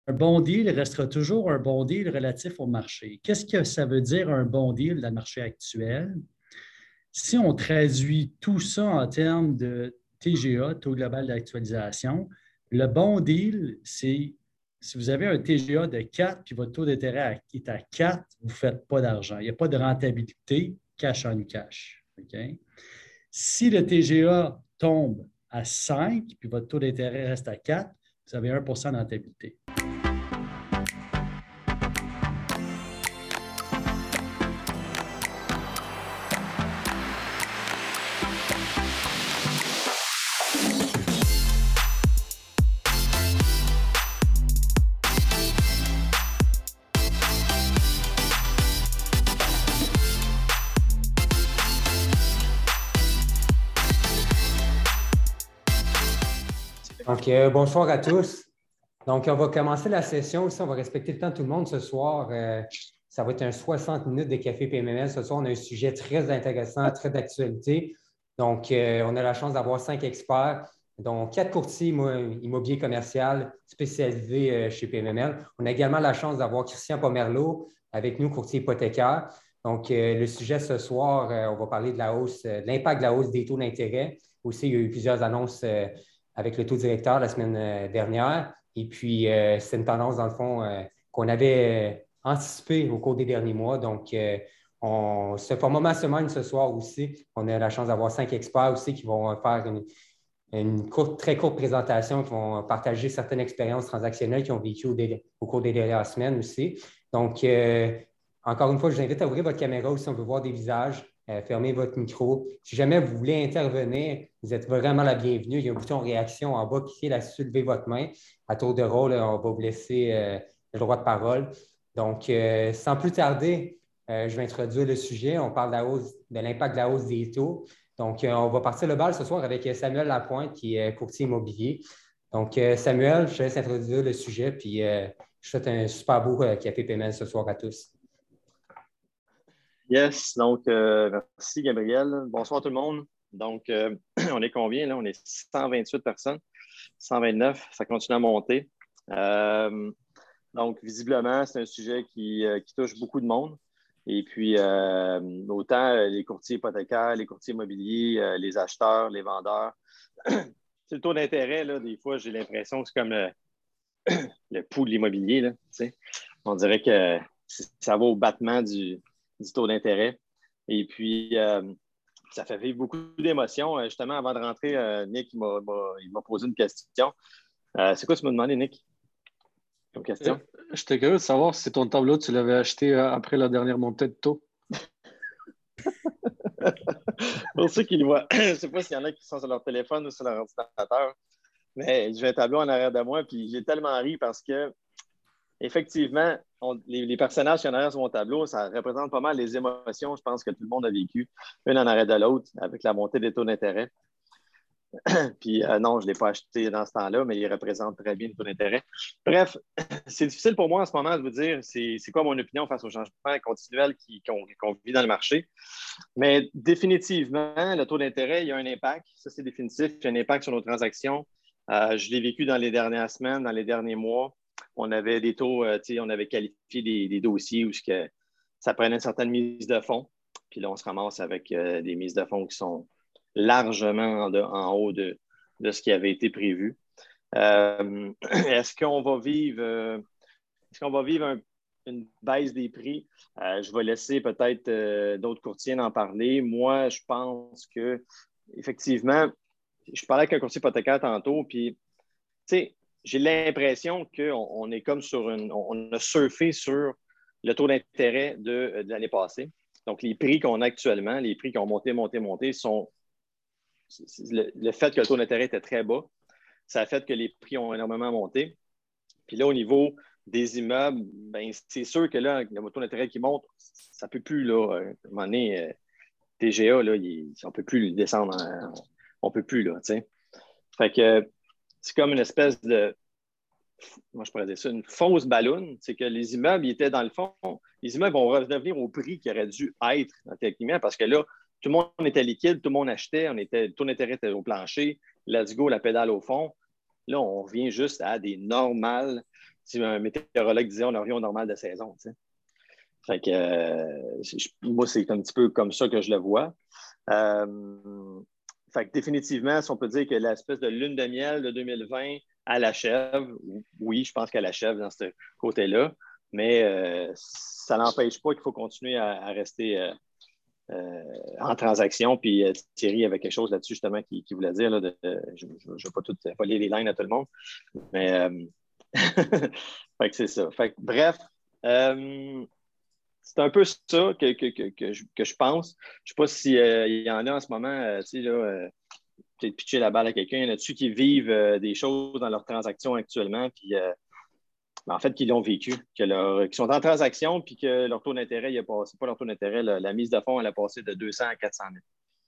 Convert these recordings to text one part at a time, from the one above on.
bon deal restera toujours un bon deal relatif au marché. Qu'est-ce que ça veut dire un bon deal dans le marché actuel? Si on traduit tout ça en termes de TGA, taux global d'actualisation, le bon deal, c'est si vous avez un TGA de 4 puis votre taux d'intérêt est à 4, vous ne faites pas d'argent. Il n'y a pas de rentabilité cash on cash. OK? Si le TGA tombe à 5 puis votre taux d'intérêt reste à 4, vous avez 1 de rentabilité. Donc, bonsoir à tous. Donc, on va commencer la session aussi. On va respecter le temps de tout le monde ce soir. Ça va être un 60 minutes de Café PMML. Ce soir, on a un sujet très intéressant, très d'actualité. Donc, on a la chance d'avoir 5 experts, dont 4 courtiers immobiliers commerciaux spécialisés chez PMML. On a également la chance d'avoir Christian Pomerleau avec nous, courtier hypothécaire. Donc, le sujet ce soir, on va parler de la hausse, de l'impact de la hausse des taux d'intérêt. Aussi, il y a eu plusieurs annonces avec le taux directeur la semaine dernière. Et puis, c'est une tendance, dans le fond, qu'on avait anticipée au cours des derniers mois. Donc, on se forme mastermind ce soir aussi. On a la chance d'avoir 5 experts aussi qui vont faire une très courte présentation, qui vont partager certaines expériences transactionnelles qu'ils ont vécues au cours des dernières semaines aussi. Donc, encore une fois, je vous invite à ouvrir votre caméra aussi, on veut voir des visages. Fermez votre micro. Si jamais vous voulez intervenir, vous êtes vraiment la bienvenue. Il y a un bouton réaction en bas. Cliquez là-dessus, levez votre main. À tour de rôle, on va vous laisser le droit de parole. Donc, sans plus tarder, je vais introduire le sujet. On parle de l'impact de la hausse des taux. Donc, on va partir le bal ce soir avec Samuel Lapointe, qui est courtier immobilier. Donc, Samuel, je te laisse introduire le sujet, puis je souhaite un super beau café PML ce soir à tous. Yes, donc merci Gabriel. Bonsoir tout le monde. Donc, on est combien là? On est 128 personnes, 129, ça continue à monter. Donc, visiblement, c'est un sujet qui touche beaucoup de monde. Et puis, autant les courtiers hypothécaires, les courtiers immobiliers, les acheteurs, les vendeurs. C'est le taux d'intérêt, là, des fois, j'ai l'impression que c'est comme le pouls de l'immobilier. Là, tu sais. On dirait que ça va au battement du taux d'intérêt. Et puis, ça fait vivre beaucoup d'émotions. Justement, avant de rentrer, Nick il m'a posé une question. C'est quoi tu m'as demandé, Nick, comme question? J'étais curieux de savoir si ton tableau, tu l'avais acheté après la dernière montée de taux. Pour ceux qui le voient, je ne sais pas s'il y en a qui sont sur leur téléphone ou sur leur ordinateur, mais j'ai un tableau en arrière de moi, puis j'ai tellement ri parce que effectivement, les personnages qui sont en arrière sur mon tableau, ça représente pas mal les émotions, je pense, que tout le monde a vécues, une en arrêt de l'autre, avec la montée des taux d'intérêt. Puis non, je ne l'ai pas acheté dans ce temps-là, mais il représente très bien le taux d'intérêt. Bref, c'est difficile pour moi en ce moment de vous dire c'est quoi mon opinion face au changement continuel qu'on vit dans le marché. Mais définitivement, le taux d'intérêt, il y a un impact. Ça, c'est définitif. Il y a un impact sur nos transactions. Je l'ai vécu dans les dernières semaines, dans les derniers mois. On avait des taux, on avait qualifié des dossiers où ça prenait une certaine mise de fonds. Puis là, on se ramasse avec des mises de fonds qui sont largement en haut de ce qui avait été prévu. Est-ce qu'on va vivre, une baisse des prix? Je vais laisser peut-être d'autres courtiers en parler. Moi, je pense que effectivement, je parlais avec un courtier hypothécaire tantôt, puis tu sais, j'ai l'impression qu'on est comme on a surfé sur le taux d'intérêt de l'année passée. Donc, les prix qu'on a actuellement, les prix qui ont monté, sont le fait que le taux d'intérêt était très bas, ça a fait que les prix ont énormément monté. Puis là, au niveau des immeubles, ben, c'est sûr que là, le taux d'intérêt qui monte, ça ne peut plus, là, à un moment donné, TGA, là, on ne peut plus le descendre. On ne peut plus, là, tu sais. Fait que c'est comme une espèce de, moi je pourrais dire ça, une fausse ballonne. C'est que les immeubles, ils étaient dans le fond, les immeubles vont revenir au prix qui aurait dû être, entre guillemets, parce que là, tout le monde était liquide, tout le monde achetait, le taux d'intérêt était au plancher, let's go, la pédale au fond. Là, on revient juste à des normales. si un météorologue disait on a rien au normal de saison. Tu sais. Fait que, moi, c'est un petit peu comme ça que je le vois. Fait que définitivement, si on peut dire que l'espèce de lune de miel de 2020, elle achève. Oui, je pense qu'elle achève dans ce côté-là, mais ça n'empêche pas qu'il faut continuer à rester en transaction. Puis Thierry avait quelque chose là-dessus, justement, qui voulait dire. Là, je ne vais pas tout voler les lignes à tout le monde, mais fait que c'est ça. Fait que, bref, c'est un peu ça que je pense. Je ne sais pas s'il y en a en ce moment, tu sais, là, peut-être pitcher la balle à quelqu'un. Il y en a-dessus qui vivent des choses dans leurs transactions actuellement, puis en fait, qui l'ont vécu, qui sont en transaction, puis que leur taux d'intérêt, c'est pas leur taux d'intérêt, la mise de fonds, elle a passé de 200 à 400 000.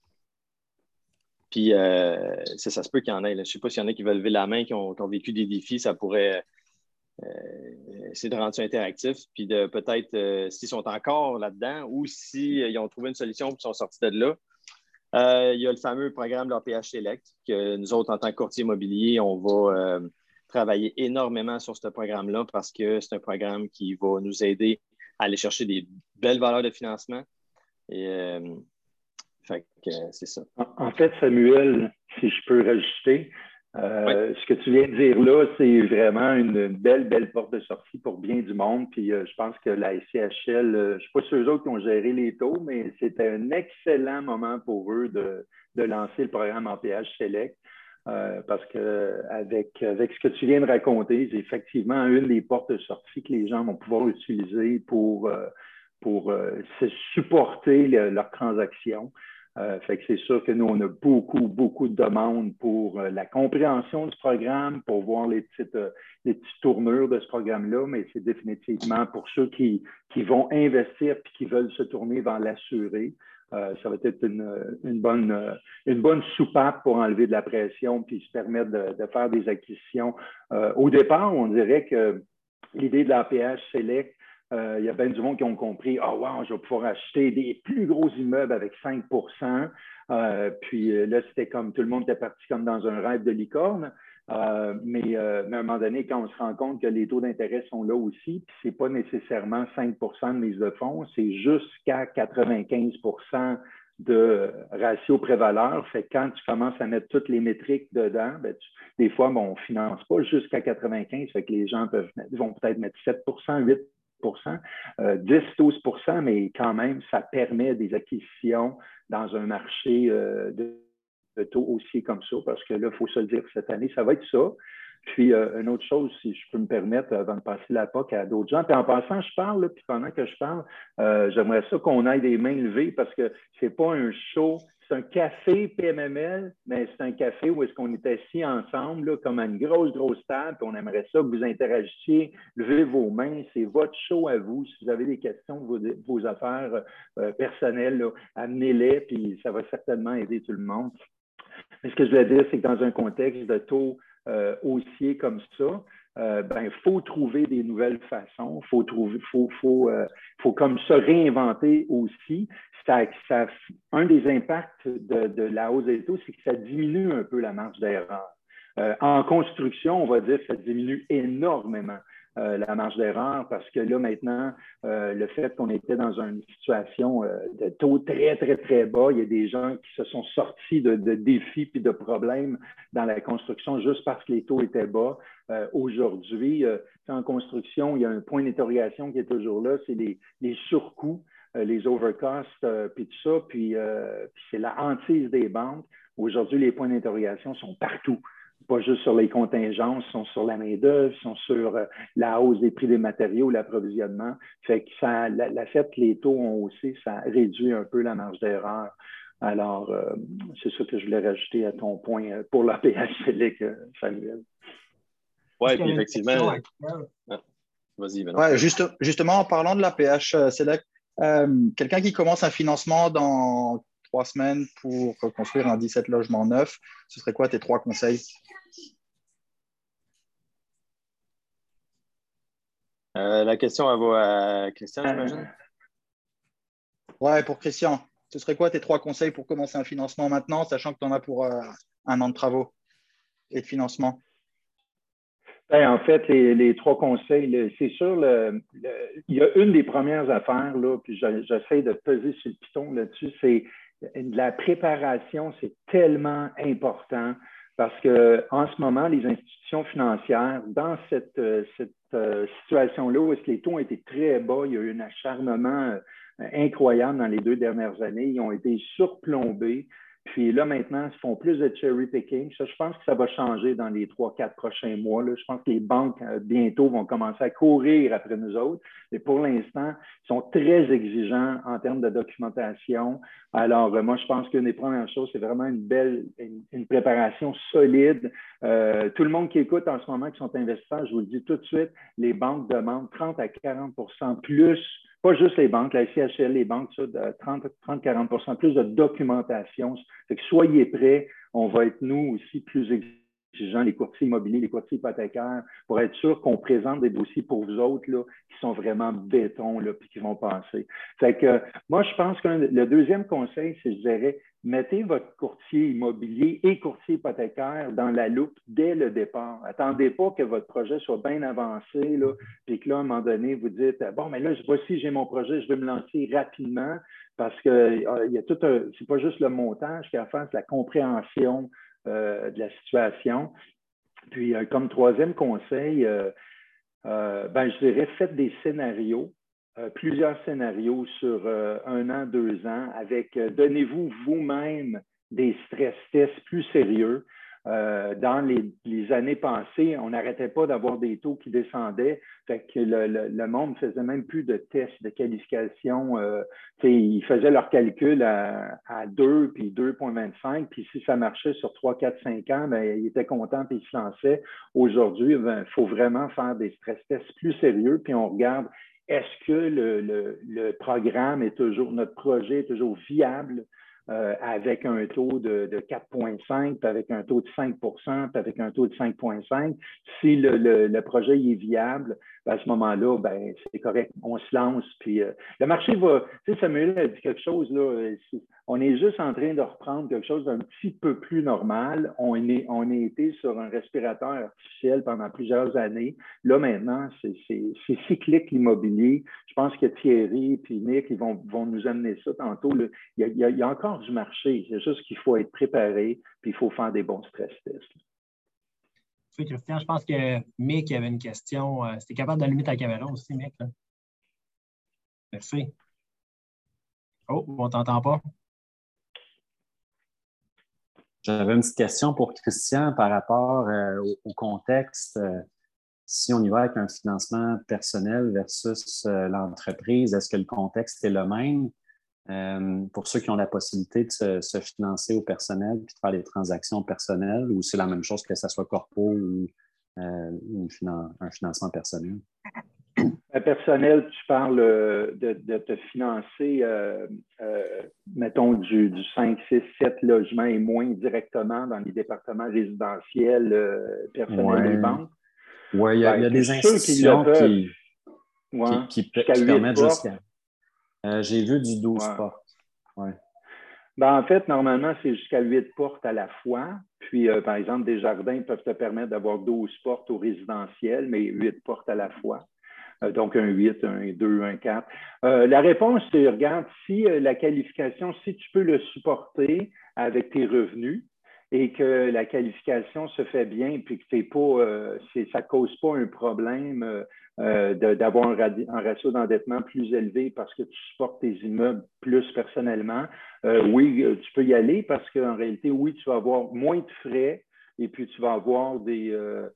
Puis, ça se peut qu'il y en ait. Là. Je ne sais pas s'il y en a qui veulent lever la main, qui ont vécu des défis, ça pourrait essayer de rendre ça interactif, puis de peut-être, s'ils sont encore là-dedans ou s'ils ont trouvé une solution et sont sortis de là. Il y a le fameux programme de l'APH Select, que nous autres, en tant que courtier immobilier, on va travailler énormément sur ce programme-là parce que c'est un programme qui va nous aider à aller chercher des belles valeurs de financement. Et fait que c'est ça. En fait, Samuel, si je peux rajouter, Oui. ce que tu viens de dire là, c'est vraiment une belle porte de sortie pour bien du monde. Puis je pense que la SCHL, je ne suis pas sûr eux autres qui ont géré les taux, mais c'était un excellent moment pour eux de lancer le programme en PH Select. Parce que avec ce que tu viens de raconter, c'est effectivement une des portes de sortie que les gens vont pouvoir utiliser pour se supporter leurs transactions. Fait que c'est sûr que nous, on a beaucoup de demandes pour la compréhension du programme, pour voir les petites tournures de ce programme-là, mais c'est définitivement pour ceux qui vont investir et qui veulent se tourner vers l'assuré. Ça va être une bonne soupape pour enlever de la pression puis se permettre de faire des acquisitions. Au départ, on dirait que l'idée de l'APH Select, il y a bien du monde qui ont compris « Ah, wow, je vais pouvoir acheter des plus gros immeubles avec 5 ». Puis là, c'était comme tout le monde était parti comme dans un rêve de licorne. Mais à un moment donné, quand on se rend compte que les taux d'intérêt sont là aussi, puis ce n'est pas nécessairement 5 de mise de fonds, c'est jusqu'à 95 de ratio pré-valeur. Fait que quand tu commences à mettre toutes les métriques dedans, des fois, on ne finance pas jusqu'à 95, fait que les gens vont peut-être mettre 7 8 10-12 mais quand même, ça permet des acquisitions dans un marché de taux haussier comme ça, parce que là, il faut se le dire, cette année, ça va être ça. Puis, une autre chose, si je peux me permettre, avant de passer la POC à d'autres gens, puis en passant, je parle, là, puis pendant que je parle, j'aimerais ça qu'on aille des mains levées, parce que c'est pas un show, c'est un café PMML, mais c'est un café où est-ce qu'on est assis ensemble, là, comme à une grosse table, puis on aimerait ça que vous interagissiez, levez vos mains, c'est votre show à vous. Si vous avez des questions, vos affaires personnelles, là, amenez-les, puis ça va certainement aider tout le monde. Mais ce que je voulais dire, c'est que dans un contexte de taux haussier comme ça, il faut trouver des nouvelles façons, faut comme se réinventer aussi. Un des impacts de la hausse des taux, c'est que ça diminue un peu la marge d'erreur. En construction, on va dire que ça diminue énormément la marge d'erreur parce que là, maintenant, le fait qu'on était dans une situation de taux très bas, il y a des gens qui se sont sortis de défis puis de problèmes dans la construction juste parce que les taux étaient bas. Aujourd'hui, en construction, il y a un point d'interrogation qui est toujours là, c'est les surcoûts, les overcosts, puis tout ça, puis c'est la hantise des banques. Aujourd'hui, les points d'interrogation sont partout. Pas juste sur les contingences, sont sur la main-d'œuvre, sont sur la hausse des prix des matériaux, l'approvisionnement. Fait que la fait que les taux ont haussé, ça réduit un peu la marge d'erreur. Alors, c'est ça que je voulais rajouter à ton point pour l'APH Select, Samuel. Oui, puis effectivement. Vas-y, Benoît. Ouais, justement, en parlant de l'APH Select, quelqu'un qui commence un financement dans 3 semaines pour construire un 17 logements neufs, ce serait quoi tes 3 conseils? La question, elle va à Christian, j'imagine? Ouais, pour Christian. Ce serait quoi tes 3 conseils pour commencer un financement maintenant, sachant que tu en as pour 1 an de travaux et de financement? Ben, en fait, les trois conseils, c'est sûr, il y a une des premières affaires, là, puis j'essaie de peser sur le piton là-dessus, c'est la préparation, c'est tellement important parce qu'en ce moment, les institutions financières, dans cette situation-là où est-ce que les taux ont été très bas, il y a eu un acharnement incroyable dans les 2 dernières années, ils ont été surplombés. Puis là, maintenant, ils font plus de cherry picking. Ça, je pense que ça va changer dans les 3-4 prochains mois. Là. Je pense que les banques, bientôt, vont commencer à courir après nous autres. Mais pour l'instant, ils sont très exigeants en termes de documentation. Alors, moi, je pense qu'une des premières choses, c'est vraiment une préparation solide. Tout le monde qui écoute en ce moment, qui sont investisseurs, je vous le dis tout de suite, les banques demandent 30 à 40 plus. Pas juste les banques, la CHL, les banques, ça, de 30-40 plus de documentation. Fait que soyez prêts, on va être nous aussi plus exigeants, les courtiers immobiliers, les courtiers hypothécaires, pour être sûr qu'on présente des dossiers pour vous autres là, qui sont vraiment béton là, puis qui vont passer. Fait que moi, je pense que le deuxième conseil, c'est, je dirais, mettez votre courtier immobilier et courtier hypothécaire dans la loupe dès le départ. Attendez pas que votre projet soit bien avancé, là, puis que là, à un moment donné, vous dites, bon, mais là, voici, j'ai mon projet, je vais me lancer rapidement, parce que il y a c'est pas juste le montage qui a à faire, c'est la compréhension de la situation. Puis, comme troisième conseil, je dirais, faites des scénarios. Plusieurs scénarios sur 1 an, 2 ans, avec donnez-vous vous-même des stress tests plus sérieux. Dans les années passées, on n'arrêtait pas d'avoir des taux qui descendaient. Fait que le monde ne faisait même plus de tests de qualification. Ils faisaient leurs calculs à 2 puis 2,25. Puis si ça marchait sur 3, 4, 5 ans, ben, ils étaient contents puis ils se lançaient. Aujourd'hui, il faut vraiment faire des stress tests plus sérieux. Puis on regarde, est-ce que le programme est toujours, notre projet est toujours viable avec un taux de 4,5, puis avec un taux de 5 puis avec un taux de 5,5. Si le projet est viable, ben à ce moment-là, ben, c'est correct, on se lance. Puis le marché va. Tu sais, Samuel a dit quelque chose, là. On est juste en train de reprendre quelque chose d'un petit peu plus normal. On a été sur un respirateur artificiel pendant plusieurs années. Là, maintenant, c'est cyclique l'immobilier. Je pense que Thierry et Nick, ils vont nous amener ça tantôt. Là. Il y a encore du marché. C'est juste qu'il faut être préparé, puis il faut faire des bons stress tests. Oui, Christian, je pense que Mick avait une question. Si tu es capable d'allumer ta caméra aussi, Mick. Là. Merci. Oh, on ne t'entend pas. J'avais une petite question pour Christian par rapport au contexte. Si on y va avec un financement personnel versus l'entreprise, est-ce que le contexte est le même? Pour ceux qui ont la possibilité de se financer au personnel puis de faire des transactions personnelles, ou c'est la même chose que ce soit corpo ou un financement personnel? Personnel, tu parles de te financer, mettons, du 5, 6, 7 logements et moins directement dans les départements résidentiels personnels des banques. Oui, il y a des institutions qui permettent jusqu'à... j'ai vu du 12 portes. Ouais. Ben, en fait, normalement, c'est jusqu'à 8 portes à la fois. Puis, par exemple, Desjardins peuvent te permettre d'avoir 12 portes au résidentiel, mais 8 portes à la fois. Donc, un 8, un 2, un 4. La réponse, c'est, regarde, si la qualification, si tu peux le supporter avec tes revenus et que la qualification se fait bien puis que t'es pas, ça ne cause pas un problème d'avoir un ratio d'endettement plus élevé parce que tu supportes tes immeubles plus personnellement, oui, tu peux y aller parce qu'en réalité, oui, tu vas avoir moins de frais et puis tu vas avoir des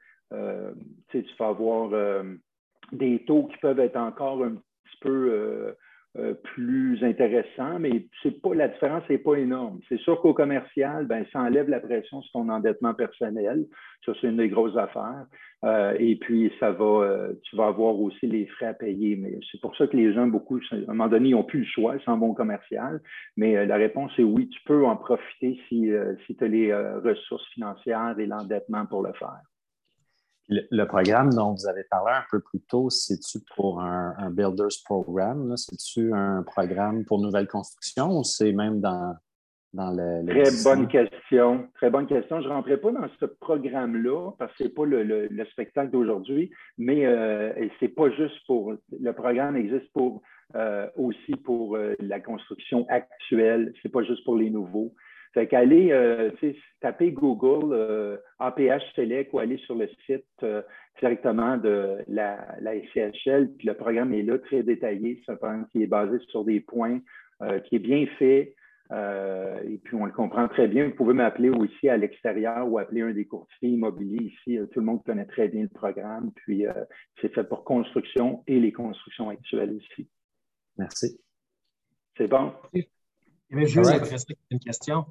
taux qui peuvent être encore un petit peu plus intéressants, mais la différence n'est pas énorme. C'est sûr qu'au commercial, ben, ça enlève la pression sur ton endettement personnel. Ça, c'est une des grosses affaires. Et puis, tu vas avoir aussi les frais à payer. Mais c'est pour ça que les gens, beaucoup, à un moment donné, ils n'ont plus le choix, ils s'en vont au commercial. Mais la réponse est oui, tu peux en profiter si tu as les ressources financières et l'endettement pour le faire. Le programme dont vous avez parlé un peu plus tôt, c'est-tu pour un Builders Program? C'est-tu un programme pour nouvelle construction ou c'est même dans dans le Très glissement? bonne question. Très bonne question. Je ne rentrerai pas dans ce programme-là parce que ce n'est pas le spectacle d'aujourd'hui, mais c'est pas juste pour. Le programme existe aussi pour la construction actuelle. Ce n'est pas juste pour les nouveaux. Fait qu'aller taper Google APH Select ou aller sur le site directement de la SCHL, puis le programme est là, très détaillé. C'est un programme qui est basé sur des points, qui est bien fait. Et puis, on le comprend très bien. Vous pouvez m'appeler aussi à l'extérieur ou appeler un des courtiers immobiliers ici. Tout le monde connaît très bien le programme. Puis, c'est fait pour construction et les constructions actuelles aussi. Merci. C'est bon? Il y avait Jules après ça, une question.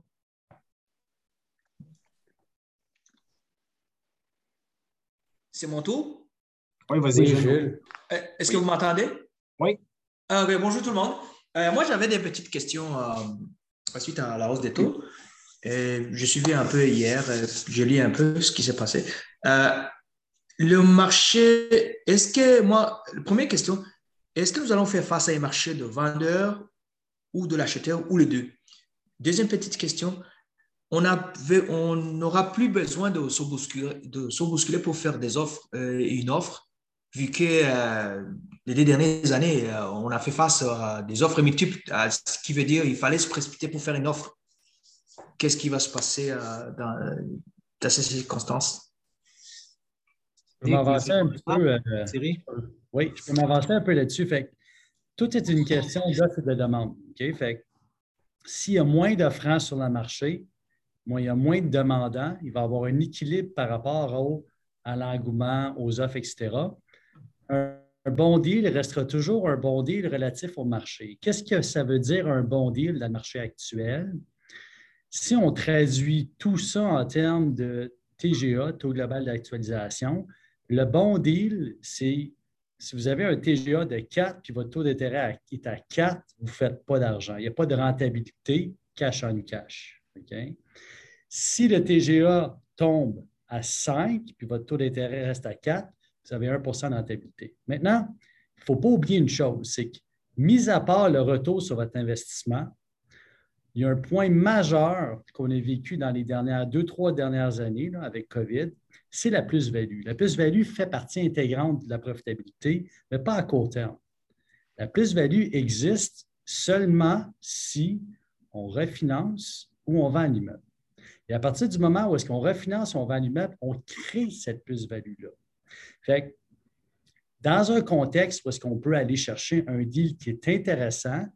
C'est mon tour? Oui, vas-y, Oui, Jules. Jules. Est-ce que vous m'entendez? Oui. Ben, bonjour tout le monde. Moi, j'avais des petites questions suite à la hausse des taux. J'ai suivi un peu hier, j'ai lu un peu ce qui s'est passé. Le marché, première question, est-ce que nous allons faire face à un marché de vendeurs ou de l'acheteur ou les deux? Deuxième petite question, on n'aura plus besoin de se bousculer pour faire des offres, une offre, vu que les 2 dernières années, on a fait face à des offres multiples, ce qui veut dire qu'il fallait se précipiter pour faire une offre. Qu'est-ce qui va se passer dans ces circonstances? Je peux m'avancer un peu. Oui, je peux m'avancer un peu là-dessus. Fait que tout est une question d'offre et de demande. Okay? Fait que s'il y a moins d'offrants sur le marché, il y a moins de demandants, il va y avoir un équilibre par rapport à l'engouement, aux offres, etc. Un bon deal restera toujours un bon deal relatif au marché. Qu'est-ce que ça veut dire un bon deal dans le marché actuel? Si on traduit tout ça en termes de TGA, taux global d'actualisation, le bon deal, c'est si vous avez un TGA de 4 puis votre taux d'intérêt est à 4, vous ne faites pas d'argent. Il n'y a pas de rentabilité cash on cash. Okay? Si le TGA tombe à 5 puis votre taux d'intérêt reste à 4, vous avez 1 de rentabilité. Maintenant, il ne faut pas oublier une chose, c'est que, mis à part le retour sur votre investissement, il y a un point majeur qu'on a vécu dans les 2-3 dernières années là, avec COVID, c'est la plus-value. La plus-value fait partie intégrante de la profitabilité, mais pas à court terme. La plus-value existe seulement si on refinance ou on vend un immeuble. Et à partir du moment où est-ce qu'on refinance ou on vend l'immeuble, on crée cette plus-value-là. Fait que, dans un contexte où est-ce qu'on peut aller chercher un deal qui est intéressant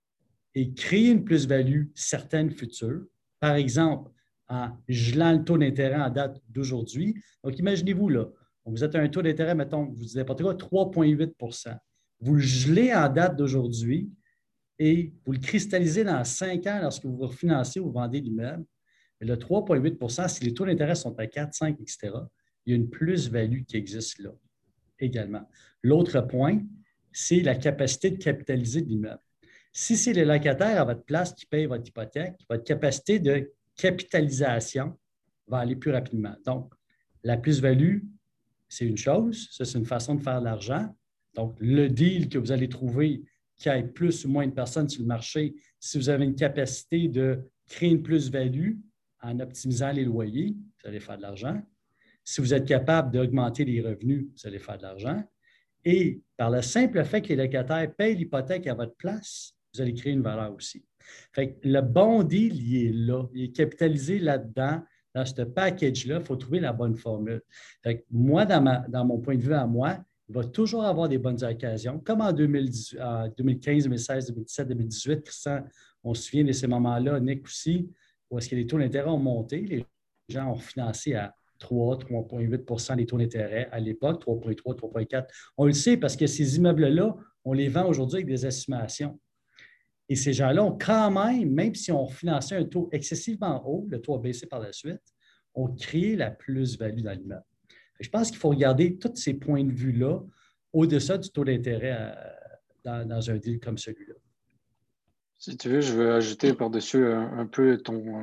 et créer une plus-value certaine future, par exemple, en gelant le taux d'intérêt en date d'aujourd'hui. Donc, imaginez-vous, là, vous êtes à un taux d'intérêt, mettons, vous dites n'importe quoi, 3,8 %. Vous le gelez en date d'aujourd'hui et vous le cristallisez dans 5 ans lorsque vous refinancez ou vendez l'immeuble. Mais le 3,8 %, si les taux d'intérêt sont à 4, 5, etc., il y a une plus-value qui existe là également. L'autre point, c'est la capacité de capitaliser de l'immeuble. Si c'est les locataires à votre place qui payent votre hypothèque, votre capacité de capitalisation va aller plus rapidement. Donc, la plus-value, c'est une chose, ça, c'est une façon de faire de l'argent. Donc, le deal que vous allez trouver qui ait plus ou moins de personnes sur le marché, si vous avez une capacité de créer une plus-value en optimisant les loyers, vous allez faire de l'argent. Si vous êtes capable d'augmenter les revenus, vous allez faire de l'argent. Et par le simple fait que les locataires payent l'hypothèque à votre place, vous allez créer une valeur aussi. Fait que le bon deal, il est là. Il est capitalisé là-dedans. Dans ce package-là, il faut trouver la bonne formule. Fait que moi, dans mon point de vue à moi, il va toujours avoir des bonnes occasions, comme en 2015, 2016, 2017, 2018. Christian, on se souvient de ces moments-là, Nick aussi, où est-ce que les taux d'intérêt ont monté. Les gens ont financé à 3,8 % les taux d'intérêt à l'époque, 3,3, 3,4. On le sait parce que ces immeubles-là, on les vend aujourd'hui avec des estimations. Et ces gens-là ont quand même si on finançait un taux excessivement haut, le taux a baissé par la suite, ont créé la plus-value dans l'immeuble. Je pense qu'il faut regarder tous ces points de vue-là au-dessus du taux d'intérêt dans un deal comme celui-là. Si tu veux, je veux ajouter par-dessus un peu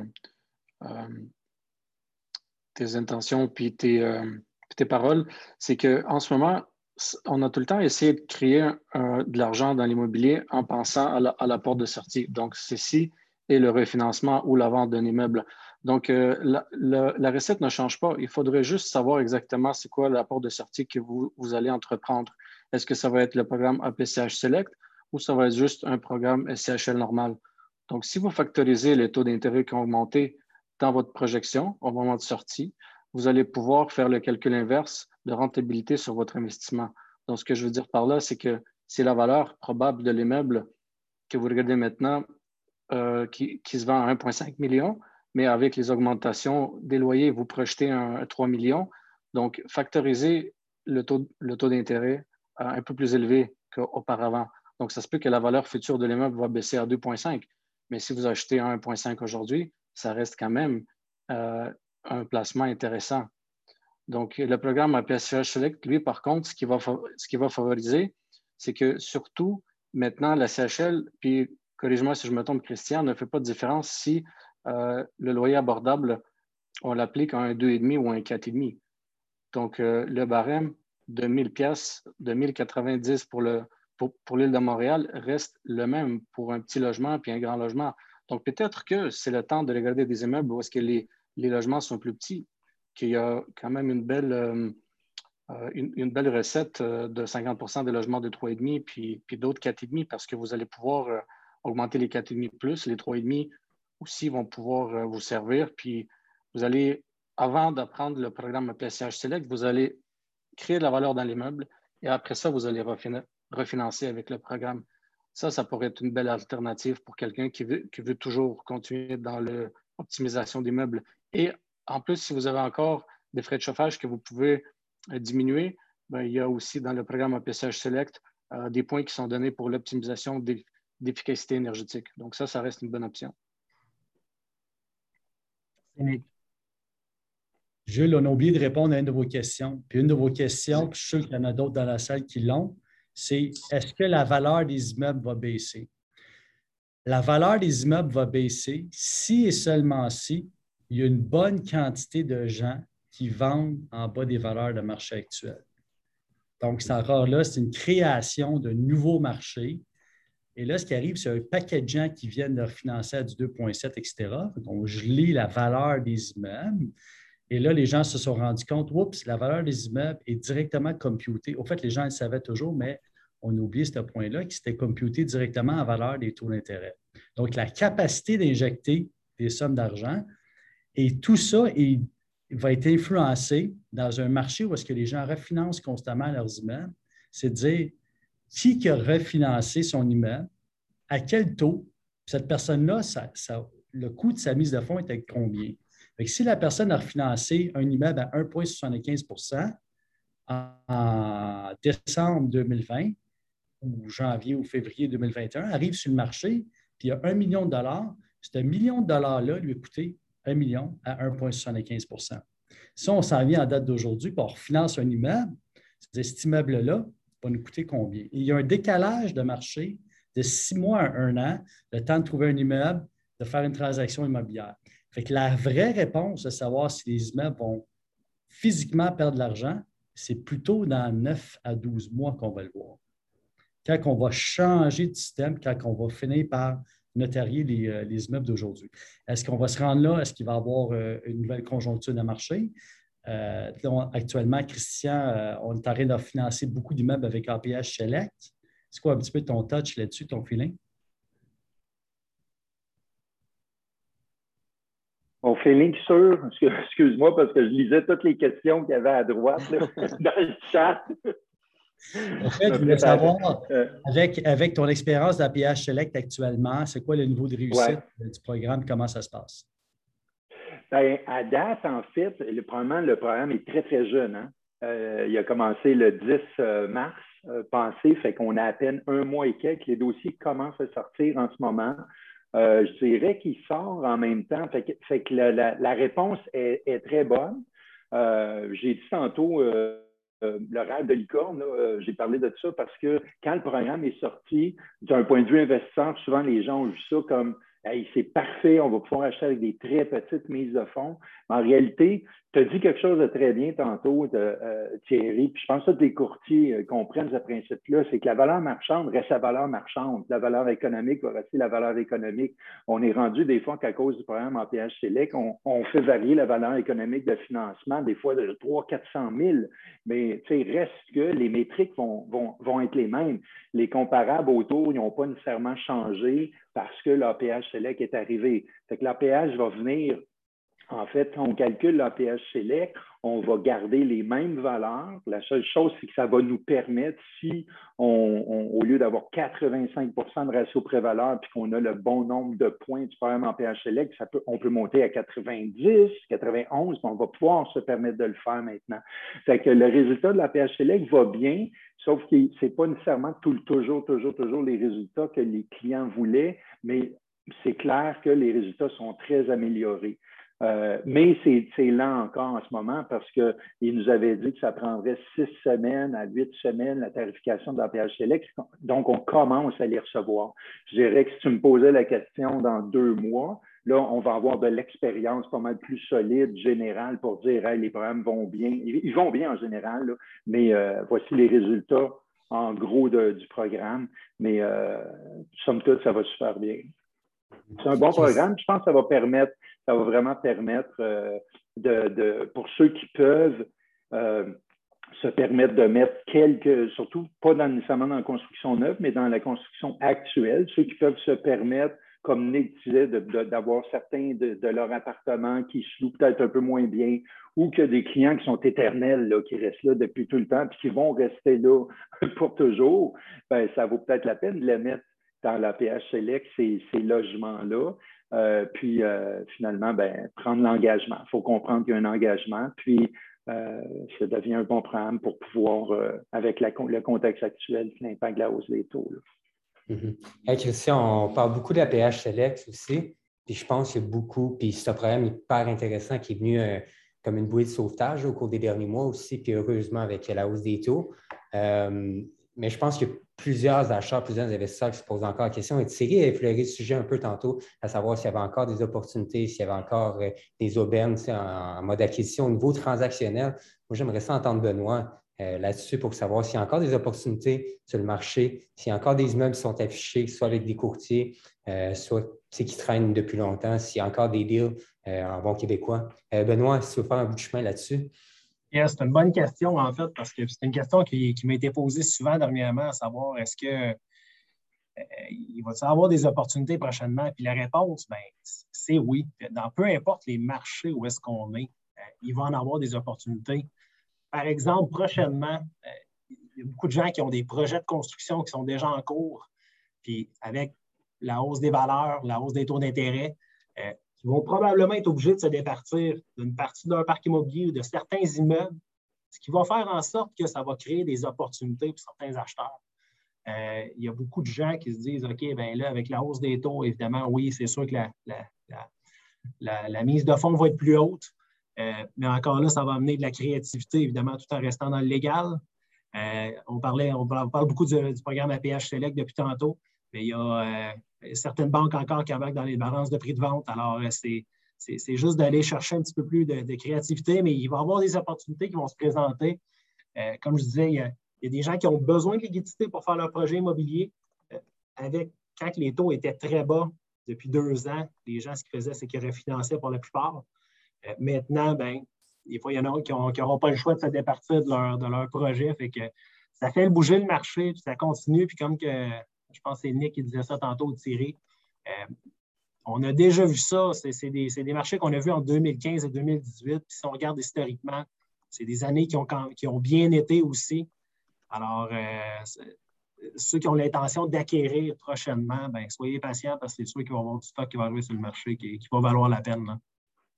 tes intentions puis tes paroles. C'est qu'en ce moment, on a tout le temps essayé de créer de l'argent dans l'immobilier en pensant à la porte de sortie. Donc, ceci et le refinancement ou la vente d'un immeuble. Donc, la recette ne change pas. Il faudrait juste savoir exactement c'est quoi l'apport de sortie que vous allez entreprendre. Est-ce que ça va être le programme APCH Select ou ça va être juste un programme SCHL normal? Donc, si vous factorisez les taux d'intérêt qui ont augmenté dans votre projection au moment de sortie, vous allez pouvoir faire le calcul inverse de rentabilité sur votre investissement. Donc, ce que je veux dire par là, c'est que c'est la valeur probable de l'immeuble que vous regardez maintenant qui se vend à 1,5 million, mais avec les augmentations des loyers, vous projetez un 3 millions. Donc, factoriser le taux d'intérêt un peu plus élevé qu'auparavant. Donc, ça se peut que la valeur future de l'immeuble va baisser à 2,5. Mais si vous achetez à 1,5 aujourd'hui, ça reste quand même un placement intéressant. Donc, le programme APCH Select, lui, par contre, ce qui va favoriser, c'est que surtout, maintenant, la CHL, puis corrige-moi si je me trompe, Christian, ne fait pas de différence si le loyer abordable, on l'applique à un 2,5 ou un 4,5. Donc, le barème de 1 000 pièces, de 1 090 pour l'île de Montréal reste le même pour un petit logement puis un grand logement. Donc, peut-être que c'est le temps de regarder des immeubles où est-ce que les logements sont plus petits, qu'il y a quand même une belle recette de 50 des logements de 3,5 puis d'autres 4,5 parce que vous allez pouvoir augmenter les 4,5 plus, les 3,5 aussi vont pouvoir vous servir. Puis vous allez, avant d'apprendre le programme PCH Select, vous allez créer de la valeur dans l'immeuble et après ça, vous allez refinancer avec le programme. Ça pourrait être une belle alternative pour quelqu'un qui veut toujours continuer dans l'optimisation d'immeubles. Et en plus, si vous avez encore des frais de chauffage que vous pouvez diminuer, bien, il y a aussi dans le programme APCH Select des points qui sont donnés pour l'optimisation d'efficacité énergétique. Donc ça reste une bonne option. Jules, on a oublié de répondre à une de vos questions. Puis une de vos questions, puis je suis sûr qu'il y en a d'autres dans la salle qui l'ont, c'est est-ce que la valeur des immeubles va baisser? La valeur des immeubles va baisser si et seulement si il y a une bonne quantité de gens qui vendent en bas des valeurs de marché actuelles. Donc, c'est encore là, c'est une création de nouveaux marchés. Et là, ce qui arrive, c'est un paquet de gens qui viennent de refinancer à du 2,7, etc. Donc, je lis la valeur des immeubles. Et là, les gens se sont rendus compte, oups, la valeur des immeubles est directement computée. Au fait, les gens le savaient toujours, mais on a oublié ce point-là, qui c'était computé directement en valeur des taux d'intérêt. Donc, la capacité d'injecter des sommes d'argent, et tout ça va être influencé dans un marché où est-ce que les gens refinancent constamment leurs immeubles. C'est de dire qui a refinancé son immeuble, à quel taux, cette personne-là, le coût de sa mise de fonds était combien. Fait que si la personne a refinancé un immeuble à 1,75 en décembre 2020 ou janvier ou février 2021, arrive sur le marché, puis il y a $1 million, ce $1 million-là lui a coûté $1 million à 1,75 Si on s'en vient en date d'aujourd'hui, puis on refinance un immeuble, c'est-à-dire cet immeuble-là va nous coûter combien? Et il y a un décalage de marché de 6 mois à 1 an, le temps de trouver un immeuble, de faire une transaction immobilière. Fait que la vraie réponse de savoir si les immeubles vont physiquement perdre de l'argent, c'est plutôt dans 9 à 12 mois qu'on va le voir. Quand on va changer de système, quand on va finir par notarier les immeubles d'aujourd'hui. Est-ce qu'on va se rendre là? Est-ce qu'il va y avoir une nouvelle conjoncture de marché? Actuellement, Christian, on est en train de financer beaucoup d'immeubles avec APH Select. C'est quoi un petit peu ton touch là-dessus, ton feeling? Mon feeling sur, excuse-moi parce que je lisais toutes les questions qu'il y avait à droite là, dans le chat. En fait, je voulais savoir, avec ton expérience d'APH Select actuellement, c'est quoi le niveau de réussite du programme? Comment ça se passe? Bien, à date, en fait, le programme est très, très jeune. Hein? Il a commencé le 10 mars passé, fait qu'on a à peine 1 mois et quelques. Les dossiers commencent à sortir en ce moment. Je dirais qu'il sort en même temps. Fait que la réponse est très bonne. J'ai dit tantôt le rêve de licorne, j'ai parlé de ça parce que quand le programme est sorti, d'un point de vue investisseur, souvent les gens ont vu ça comme hey, c'est parfait, on va pouvoir acheter avec des très petites mises de fonds. Mais en réalité, tu as dit quelque chose de très bien tantôt, Thierry, puis je pense que tous les courtiers comprennent ce principe-là, c'est que la valeur marchande reste la valeur marchande. La valeur économique va rester la valeur économique. On est rendu des fois qu'à cause du programme APH Select, on fait varier la valeur économique de financement, des fois de 300 000 400 000, mais reste que les métriques vont être les mêmes. Les comparables autour, ils n'ont pas nécessairement changé parce que l'APH Select est arrivé. Fait que l'APH va venir. En fait, quand on calcule l'APH Select, on va garder les mêmes valeurs. La seule chose, c'est que ça va nous permettre, si au lieu d'avoir 85 de ratio pré-valeur puis qu'on a le bon nombre de points du programme APH Select, on peut monter à 90, 91, puis on va pouvoir se permettre de le faire maintenant. Fait que le résultat de l'APH Select va bien, sauf que ce n'est pas nécessairement toujours les résultats que les clients voulaient, mais c'est clair que les résultats sont très améliorés. Mais c'est lent encore en ce moment parce qu'il nous avait dit que ça prendrait 6 semaines à 8 semaines la tarification de l'APH Select. Donc, on commence à les recevoir. Je dirais que si tu me posais la question dans 2 mois, là, on va avoir de l'expérience pas mal plus solide, générale, pour dire hey, les programmes vont bien. Ils vont bien en général, là, mais voici les résultats en gros du programme. Mais somme toute, ça va super bien. C'est un bon programme. Je pense que ça va vraiment permettre pour ceux qui peuvent se permettre de mettre surtout pas nécessairement dans la construction neuve, mais dans la construction actuelle, ceux qui peuvent se permettre, comme Nick disait, d'avoir certains de leurs appartements qui se louent peut-être un peu moins bien ou que des clients qui sont éternels, là, qui restent là depuis tout le temps puis qui vont rester là pour toujours, ben, ça vaut peut-être la peine de les mettre dans l'APH Select, ces logements-là. Puis finalement, ben, prendre l'engagement. Il faut comprendre qu'il y a un engagement, puis ça devient un bon programme pour pouvoir, avec le contexte actuel, l'impact de la hausse des taux. Hey, Christian, on parle beaucoup de l'APH Select aussi, puis je pense qu'il y a beaucoup, puis c'est un programme hyper intéressant qui est venu comme une bouée de sauvetage au cours des derniers mois aussi, puis heureusement avec la hausse des taux. Mais je pense qu'il y a plusieurs acheteurs, plusieurs investisseurs qui se posent encore la question. Et Thierry a effleuré le sujet un peu tantôt, à savoir s'il y avait encore des opportunités, s'il y avait encore des aubaines en mode acquisition au niveau transactionnel. Moi, j'aimerais ça entendre Benoît là-dessus pour savoir s'il y a encore des opportunités sur le marché, s'il y a encore des immeubles qui sont affichés, soit avec des courtiers, soit qui traînent depuis longtemps, s'il y a encore des deals en bon québécois. Benoît, si tu veux faire un bout de chemin là-dessus. Yeah, c'est une bonne question, en fait, parce que c'est une question qui m'a été posée souvent dernièrement, à savoir est-ce que il va y avoir des opportunités prochainement? Puis la réponse, ben, c'est oui. Dans peu importe les marchés où est-ce qu'on est, il va en avoir des opportunités. Par exemple, prochainement, il y a beaucoup de gens qui ont des projets de construction qui sont déjà en cours. Puis avec la hausse des valeurs, la hausse des taux d'intérêt, qui vont probablement être obligés de se départir d'une partie de leur parc immobilier ou de certains immeubles, ce qui va faire en sorte que ça va créer des opportunités pour certains acheteurs. Il y a beaucoup de gens qui se disent, OK, bien là, avec la hausse des taux, évidemment, oui, c'est sûr que la mise de fonds va être plus haute, mais encore là, ça va amener de la créativité, évidemment, tout en restant dans le légal. On parle beaucoup du programme APH Select depuis tantôt, mais il y a certaines banques encore qui embarquent dans les balances de prix de vente. Alors, c'est juste d'aller chercher un petit peu plus de créativité, mais il va y avoir des opportunités qui vont se présenter. Comme je disais, il y a des gens qui ont besoin de liquidité pour faire leur projet immobilier. Quand les taux étaient très bas depuis 2 ans, les gens, ce qu'ils faisaient, c'est qu'ils refinançaient pour la plupart. Maintenant, ben, des fois, il y en a qui n'auront pas le choix de se départir de leur projet. Fait que ça fait bouger le marché, puis ça continue. Puis comme que je pense que c'est Nick qui disait ça tantôt, Thierry, on a déjà vu ça. C'est des marchés qu'on a vus en 2015 et 2018. Puis si on regarde historiquement, c'est des années qui ont bien été aussi. Alors, ceux qui ont l'intention d'acquérir prochainement, ben, soyez patients parce que c'est sûr qu'il va y avoir du stock qui va arriver sur le marché qui va valoir la peine. Là.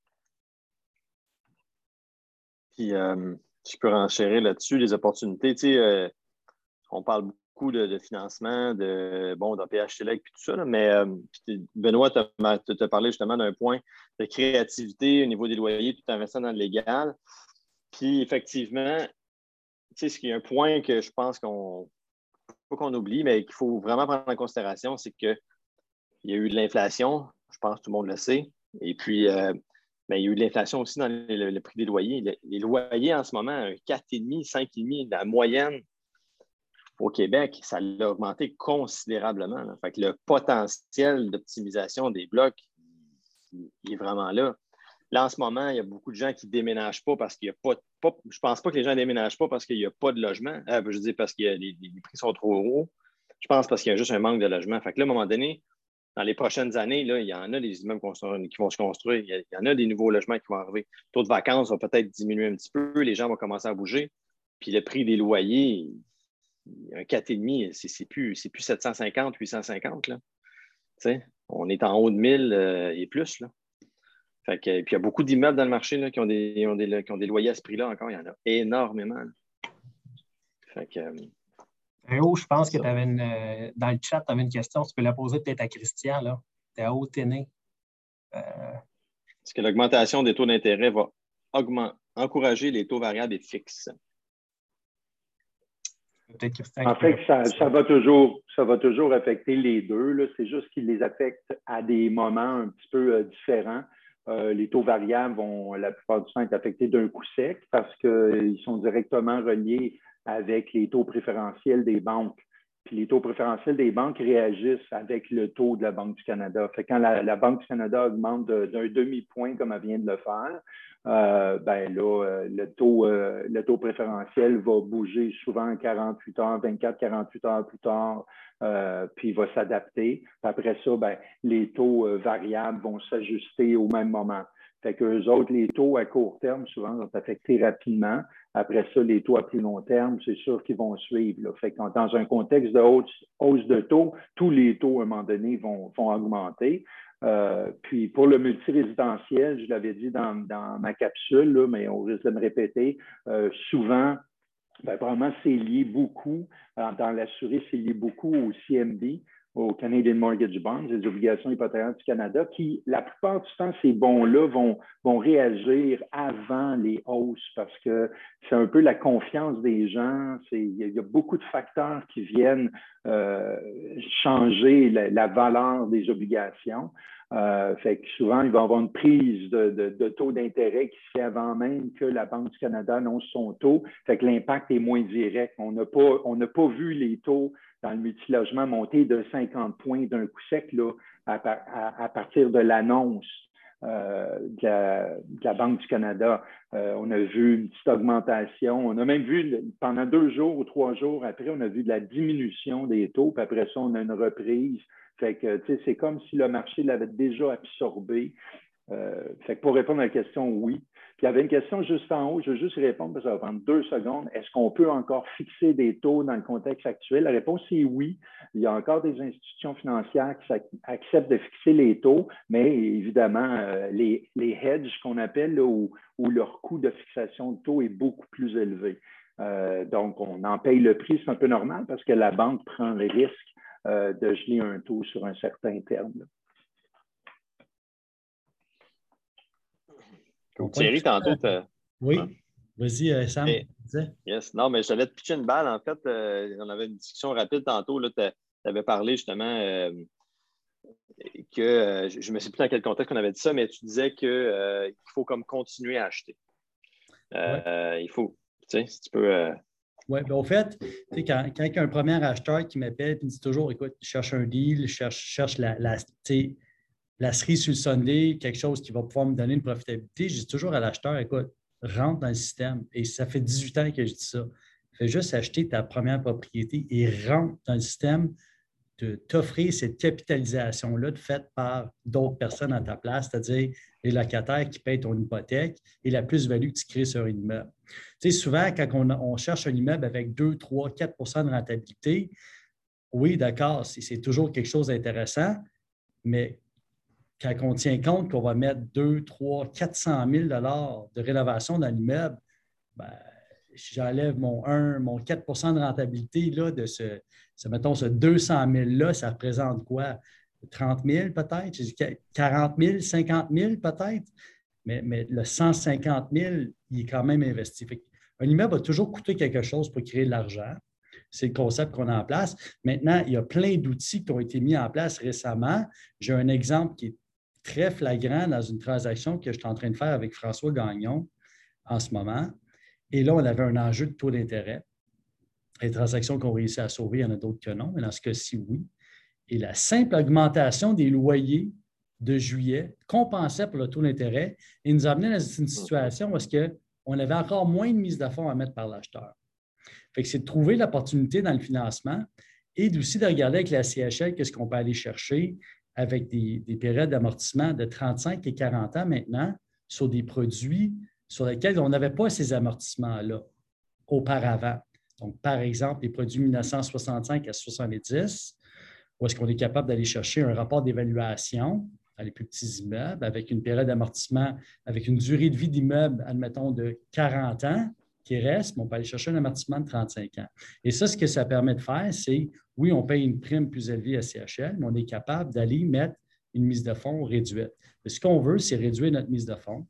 Puis, je peux renchérir là-dessus, les opportunités. Tu sais, on parle beaucoup de financement, d'APH Select et tout ça, là, mais Benoît t'a parlé justement d'un point de créativité au niveau des loyers, tout investissant dans le légal. Puis, effectivement, tu sais, il y a un point que je pense qu'on oublie, mais qu'il faut vraiment prendre en considération, c'est qu'il y a eu de l'inflation je pense que tout le monde le sait. Et puis, il y a eu de l'inflation aussi dans le prix des loyers. Les loyers en ce moment, 4,5, 5,5, la moyenne au Québec, ça l'a augmenté considérablement. Là. Fait que le potentiel d'optimisation des blocs, il est vraiment là. Là, en ce moment, il y a beaucoup de gens qui ne déménagent pas parce qu'il n'y a pas. Je ne pense pas que les gens ne déménagent pas parce qu'il n'y a pas de logement. Je dis parce que les prix sont trop hauts. Je pense parce qu'il y a juste un manque de logement. Fait que là, à un moment donné, dans les prochaines années, là, il y en a des immeubles qui vont se construire. Il y en a des nouveaux logements qui vont arriver. Le taux de vacances va peut-être diminuer un petit peu. Les gens vont commencer à bouger. Puis le prix des loyers, un 4,5, c'est plus 750, 850. Là. On est en haut de 1000 et plus. Là. Fait que, puis il y a beaucoup d'immeubles dans le marché là, qui ont des loyers à ce prix-là encore. Il y en a énormément. Là. Fait que, Théo, je pense que tu avais dans le chat, tu avais une question. Tu peux la poser peut-être à Christian. Là. Théo Téné. Est-ce que l'augmentation des taux d'intérêt va encourager les taux variables et fixes? Peut-être Christian. En fait, ça va toujours affecter les deux. Là. C'est juste qu'il les affecte à des moments un petit peu différents. Les taux variables vont la plupart du temps être affectés d'un coup sec parce qu'ils sont directement reliés avec les taux préférentiels des banques. Puis les taux préférentiels des banques réagissent avec le taux de la Banque du Canada. Fait que quand la Banque du Canada augmente d'un demi-point comme elle vient de le faire, le taux préférentiel va bouger souvent 48 heures, 24-48 heures plus tard, puis il va s'adapter. Après ça, les taux variables vont s'ajuster au même moment. Fait qu'eux autres, les taux à court terme, souvent, vont affecter rapidement. Après ça, les taux à plus long terme, c'est sûr qu'ils vont suivre. Là. Fait que dans un contexte de hausse de taux, tous les taux, à un moment donné, vont augmenter. Puis pour le multirésidentiel, je l'avais dit dans ma capsule, là, mais on risque de me répéter, souvent, probablement, c'est lié beaucoup, dans l'assuré, c'est lié beaucoup au CMB, au Canadian Mortgage Bonds, les obligations hypothécaires du Canada, qui, la plupart du temps, ces bons-là vont réagir avant les hausses parce que c'est un peu la confiance des gens. Il y a beaucoup de facteurs qui viennent changer la valeur des obligations. Fait que souvent, il va y avoir une prise de taux d'intérêt qui se fait avant même que la Banque du Canada annonce son taux. Fait que l'impact est moins direct. On n'a pas vu les taux dans le multilogement monter de 50 points d'un coup sec là, à partir de l'annonce de la Banque du Canada. On a vu une petite augmentation. On a même vu, pendant 2 jours ou 3 jours après, on a vu de la diminution des taux. Puis après ça, on a une reprise. Fait que, c'est comme si le marché l'avait déjà absorbé. Fait que pour répondre à la question, oui. Puis il y avait une question juste en haut, je vais juste répondre parce que ça va prendre 2 secondes. Est-ce qu'on peut encore fixer des taux dans le contexte actuel? La réponse est oui. Il y a encore des institutions financières qui acceptent de fixer les taux, mais évidemment, les hedges qu'on appelle, là, où leur coût de fixation de taux est beaucoup plus élevé. Donc, on en paye le prix, c'est un peu normal parce que la banque prend le risque de geler un taux sur un certain terme. Là. Thierry, tantôt, oui, vas-y, Sam. Yes. Non, mais je t'avais pitché une balle. En fait, on avait une discussion rapide tantôt. Tu avais parlé justement que, je ne me sais plus dans quel contexte on avait dit ça, mais tu disais qu'il faut comme continuer à acheter. Il faut, tu sais, si tu peux... Oui, bien, au fait, quand il y a un premier acheteur qui m'appelle et me dit toujours, écoute, je cherche un deal, je cherche la cerise sur le sundae, quelque chose qui va pouvoir me donner une profitabilité, je dis toujours à l'acheteur, écoute, rentre dans le système. Et ça fait 18 ans que je dis ça. Fais juste acheter ta première propriété et rentre dans le système de t'offrir cette capitalisation-là faite par d'autres personnes à ta place, c'est-à-dire les locataires qui payent ton hypothèque et la plus-value que tu crées sur un immeuble. Tu sais, souvent, quand on cherche un immeuble avec 2, 3, 4 % de rentabilité, oui, d'accord, c'est toujours quelque chose d'intéressant, mais quand on tient compte qu'on va mettre 2, 3, 400 000 $ de rénovation dans l'immeuble, si j'enlève mon 4 % de rentabilité là, de ce 200 000-là, ça représente quoi? 30 000 peut-être? 40 000, 50 000 peut-être? Mais le 150 000, il est quand même investi. Un immeuble va toujours coûter quelque chose pour créer de l'argent. C'est le concept qu'on a en place. Maintenant, il y a plein d'outils qui ont été mis en place récemment. J'ai un exemple qui est très flagrant dans une transaction que je suis en train de faire avec François Gagnon en ce moment. Et là, on avait un enjeu de taux d'intérêt. Les transactions qu'on réussit à sauver, il y en a d'autres que non, mais dans ce cas-ci, oui. Et la simple augmentation des loyers de juillet compensait pour le taux d'intérêt et nous amenait dans une situation où on avait encore moins de mise de fonds à mettre par l'acheteur. Fait que c'est de trouver l'opportunité dans le financement et aussi de regarder avec la CHL qu'est-ce qu'on peut aller chercher avec des périodes d'amortissement de 35 et 40 ans maintenant sur des produits sur lesquels on n'avait pas ces amortissements-là auparavant. Donc, par exemple, les produits 1965 à 70, où est-ce qu'on est capable d'aller chercher un rapport d'évaluation dans les plus petits immeubles avec une période d'amortissement, avec une durée de vie d'immeuble, admettons, de 40 ans qui reste, mais on peut aller chercher un amortissement de 35 ans. Et ça, ce que ça permet de faire, c'est, oui, on paye une prime plus élevée à CHL, mais on est capable d'aller mettre une mise de fonds réduite. Mais ce qu'on veut, c'est réduire notre mise de fonds,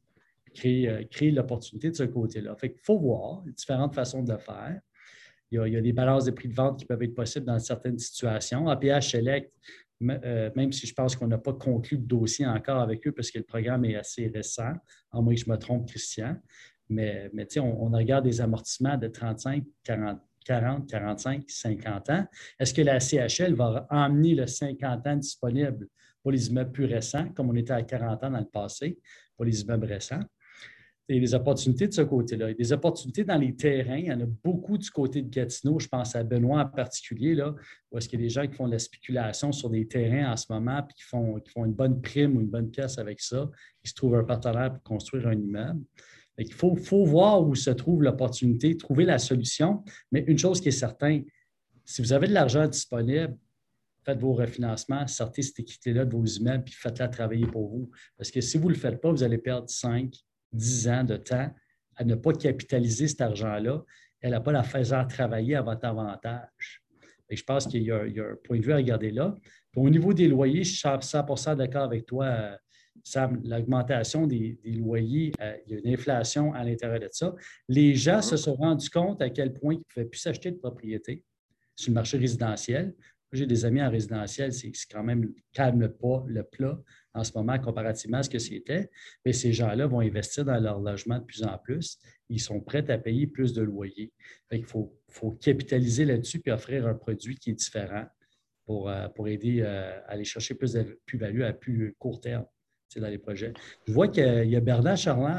créer l'opportunité de ce côté-là. Fait qu'il faut voir différentes façons de le faire. Il y a des balances de prix de vente qui peuvent être possibles dans certaines situations. APH Select, même si je pense qu'on n'a pas conclu le dossier encore avec eux parce que le programme est assez récent, à moins que je me trompe, Christian. Mais on regarde des amortissements de 35, 40, 45, 50 ans. Est-ce que la CHL va emmener le 50 ans disponible pour les immeubles plus récents, comme on était à 40 ans dans le passé, pour les immeubles récents? Et des opportunités de ce côté-là. Des opportunités dans les terrains. Il y en a beaucoup du côté de Gatineau. Je pense à Benoît en particulier, là, où est-ce qu'il y a des gens qui font de la spéculation sur des terrains en ce moment puis qui font une bonne prime ou une bonne pièce avec ça. Ils se trouvent un partenaire pour construire un immeuble. Il faut voir où se trouve l'opportunité, trouver la solution. Mais une chose qui est certaine, si vous avez de l'argent disponible, faites vos refinancements, sortez cette équité-là de vos immeubles puis faites-la travailler pour vous. Parce que si vous ne le faites pas, vous allez perdre 5, 10 ans de temps à ne pas capitaliser cet argent-là. Elle n'a pas la faisant travailler à votre avantage. Et je pense qu'il y a un point de vue à regarder là. Puis au niveau des loyers, je suis 100% d'accord avec toi, Sam. L'augmentation des loyers, il y a une inflation à l'intérieur de ça. Les gens se sont rendus compte à quel point ils ne pouvaient plus s'acheter de propriété sur le marché résidentiel. J'ai des amis en résidentiel, c'est quand même calme pas le plat en ce moment comparativement à ce que c'était. Mais ces gens-là vont investir dans leur logement de plus en plus. Ils sont prêts à payer plus de loyer. Il faut capitaliser là-dessus et offrir un produit qui est différent pour aider à aller chercher plus de plus-value à plus court terme dans les projets. Je vois qu'il y a Bernard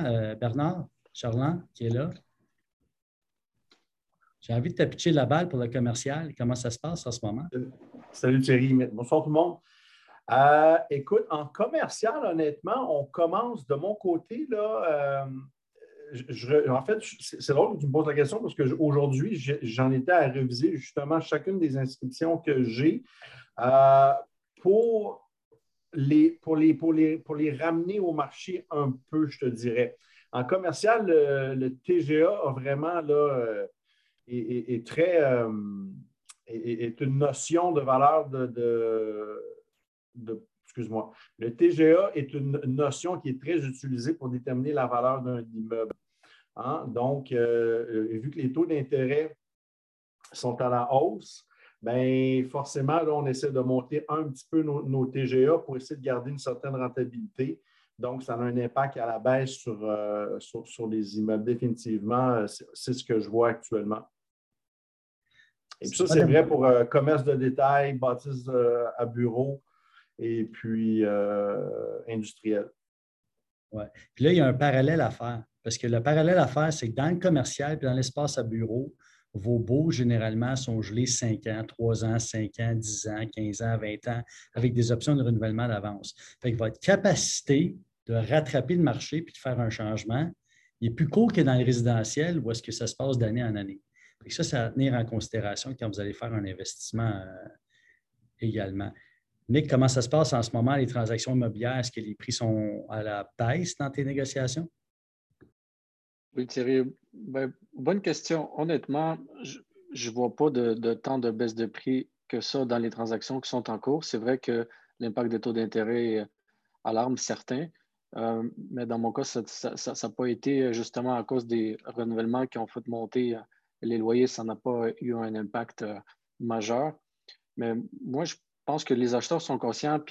Charland qui est là. J'ai envie de te pitcher la balle pour le commercial. Comment ça se passe en ce moment? Salut Thierry. Bonsoir tout le monde. Écoute, en commercial, honnêtement, on commence de mon côté, là. En fait, c'est drôle que tu me poses la question parce qu'aujourd'hui, j'en étais à réviser justement chacune des inscriptions que j'ai pour les ramener au marché un peu, je te dirais. En commercial, le TGA a vraiment là, est une notion de valeur excuse-moi. Le TGA est une notion qui est très utilisée pour déterminer la valeur d'un immeuble. Hein? Donc, vu que les taux d'intérêt sont à la hausse, bien, forcément, là, on essaie de monter un petit peu nos TGA pour essayer de garder une certaine rentabilité. Donc, ça a un impact à la baisse sur les immeubles. Définitivement, c'est ce que je vois actuellement. Et puis ça, c'est vrai pour commerce de détail, bâtisse à bureau et puis industriel. Oui. Puis là, il y a un parallèle à faire. Parce que le parallèle à faire, c'est que dans le commercial et dans l'espace à bureau, vos baux, généralement, sont gelés 5 ans, 3 ans, 5 ans, 10 ans, 15 ans, 20 ans, avec des options de renouvellement d'avance. Fait que votre capacité de rattraper le marché puis de faire un changement, il est plus court que dans les résidentiels où est-ce que ça se passe d'année en année. Fait que ça, c'est à tenir en considération quand vous allez faire un investissement également. Nick, comment ça se passe en ce moment, les transactions immobilières? Est-ce que les prix sont à la baisse dans tes négociations? Oui, Thierry, ben, bonne question. Honnêtement, je ne vois pas de tant de baisse de prix que ça dans les transactions qui sont en cours. C'est vrai que l'impact des taux d'intérêt est alarme certain, mais dans mon cas, ça n'a pas été justement à cause des renouvellements qui ont fait monter les loyers. Ça n'a pas eu un impact majeur. Mais moi, je pense que les acheteurs sont conscients, puis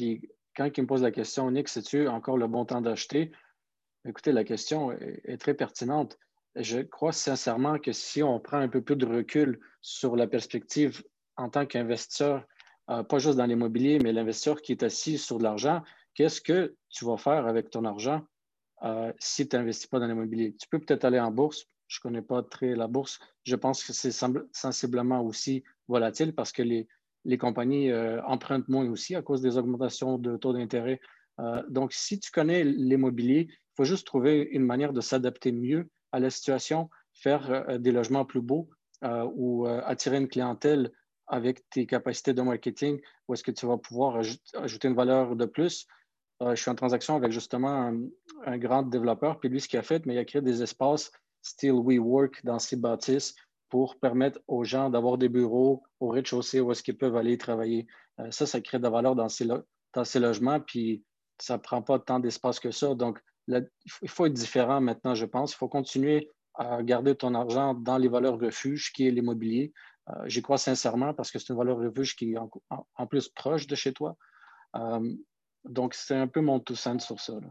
quand il me pose la question, Nick, c'est-tu encore le bon temps d'acheter? Écoutez, la question est très pertinente. Je crois sincèrement que si on prend un peu plus de recul sur la perspective en tant qu'investisseur, pas juste dans l'immobilier, mais l'investisseur qui est assis sur de l'argent, qu'est-ce que tu vas faire avec ton argent si tu n'investis pas dans l'immobilier? Tu peux peut-être aller en bourse. Je ne connais pas très la bourse. Je pense que c'est sensiblement aussi volatile parce que les compagnies empruntent moins aussi à cause des augmentations de taux d'intérêt. Donc, si tu connais l'immobilier, il faut juste trouver une manière de s'adapter mieux à la situation, faire des logements plus beaux ou attirer une clientèle avec tes capacités de marketing où est-ce que tu vas pouvoir ajouter une valeur de plus. Je suis en transaction avec justement un grand développeur, puis lui, ce qu'il a fait, mais il a créé des espaces style WeWork dans ses bâtisses pour permettre aux gens d'avoir des bureaux au rez-de-chaussée où est-ce qu'ils peuvent aller travailler. Ça crée de la valeur dans ces logements, puis ça ne prend pas tant d'espace que ça. Donc, il faut être différent maintenant, je pense. Il faut continuer à garder ton argent dans les valeurs refuges, qui est l'immobilier. J'y crois sincèrement parce que c'est une valeur refuge qui est en plus proche de chez toi. Donc, c'est un peu mon tout sens sur ça. Là,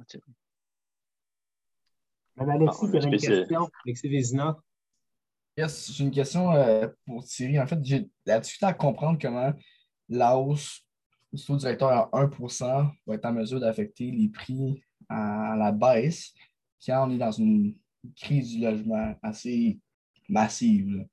Alexis, tu avais une question. Alexis Vézina. Yes, j'ai une question pour Thierry. En fait, j'ai la difficulté à comprendre comment la hausse du taux directeur à 1% va être en mesure d'affecter les prix à la baisse quand on est dans une crise du logement assez massive. Là.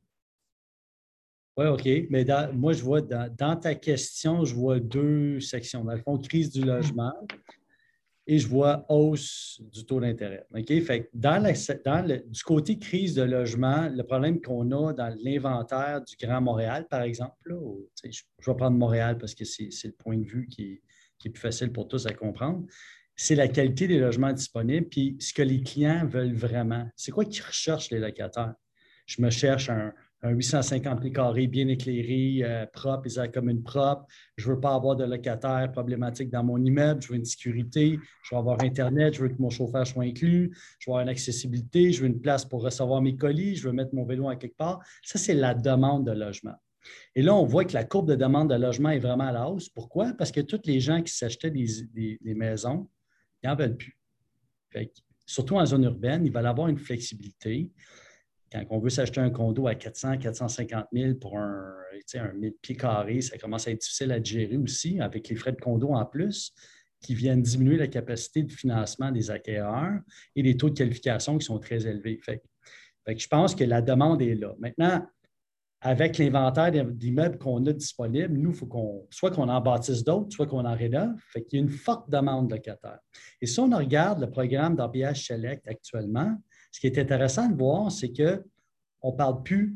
Oui, OK. Mais moi, je vois dans ta question, je vois deux sections. Dans le fond, crise du logement et je vois hausse du taux d'intérêt. OK? Fait que du côté crise de logement, le problème qu'on a dans l'inventaire du Grand Montréal, par exemple, là, je vais prendre Montréal parce que c'est le point de vue qui est plus facile pour tous à comprendre, c'est la qualité des logements disponibles puis ce que les clients veulent vraiment. C'est quoi qu'ils recherchent, les locataires? Je me cherche un 850 pieds carrés bien éclairé, propre, les communes propres. Je ne veux pas avoir de locataires problématiques dans mon immeuble. Je veux une sécurité. Je veux avoir Internet. Je veux que mon chauffage soit inclus. Je veux avoir une accessibilité. Je veux une place pour recevoir mes colis. Je veux mettre mon vélo à quelque part. Ça, c'est la demande de logement. Et là, on voit que la courbe de demande de logement est vraiment à la hausse. Pourquoi? Parce que tous les gens qui s'achetaient des maisons, ils n'en veulent plus. Fait que, surtout en zone urbaine, ils veulent avoir une flexibilité. Quand on veut s'acheter un condo à 400 450 000 pour un 1000 pieds carrés, ça commence à être difficile à gérer aussi, avec les frais de condo en plus, qui viennent diminuer la capacité de financement des acquéreurs et les taux de qualification qui sont très élevés. Fait que je pense que la demande est là. Maintenant, avec l'inventaire d'immeubles qu'on a disponibles, nous, il faut soit qu'on en bâtisse d'autres, soit qu'on en rénove. Fait qu'il y a une forte demande locataire. Et si on regarde le programme d'APH Select actuellement, ce qui est intéressant de voir, c'est qu'on ne parle plus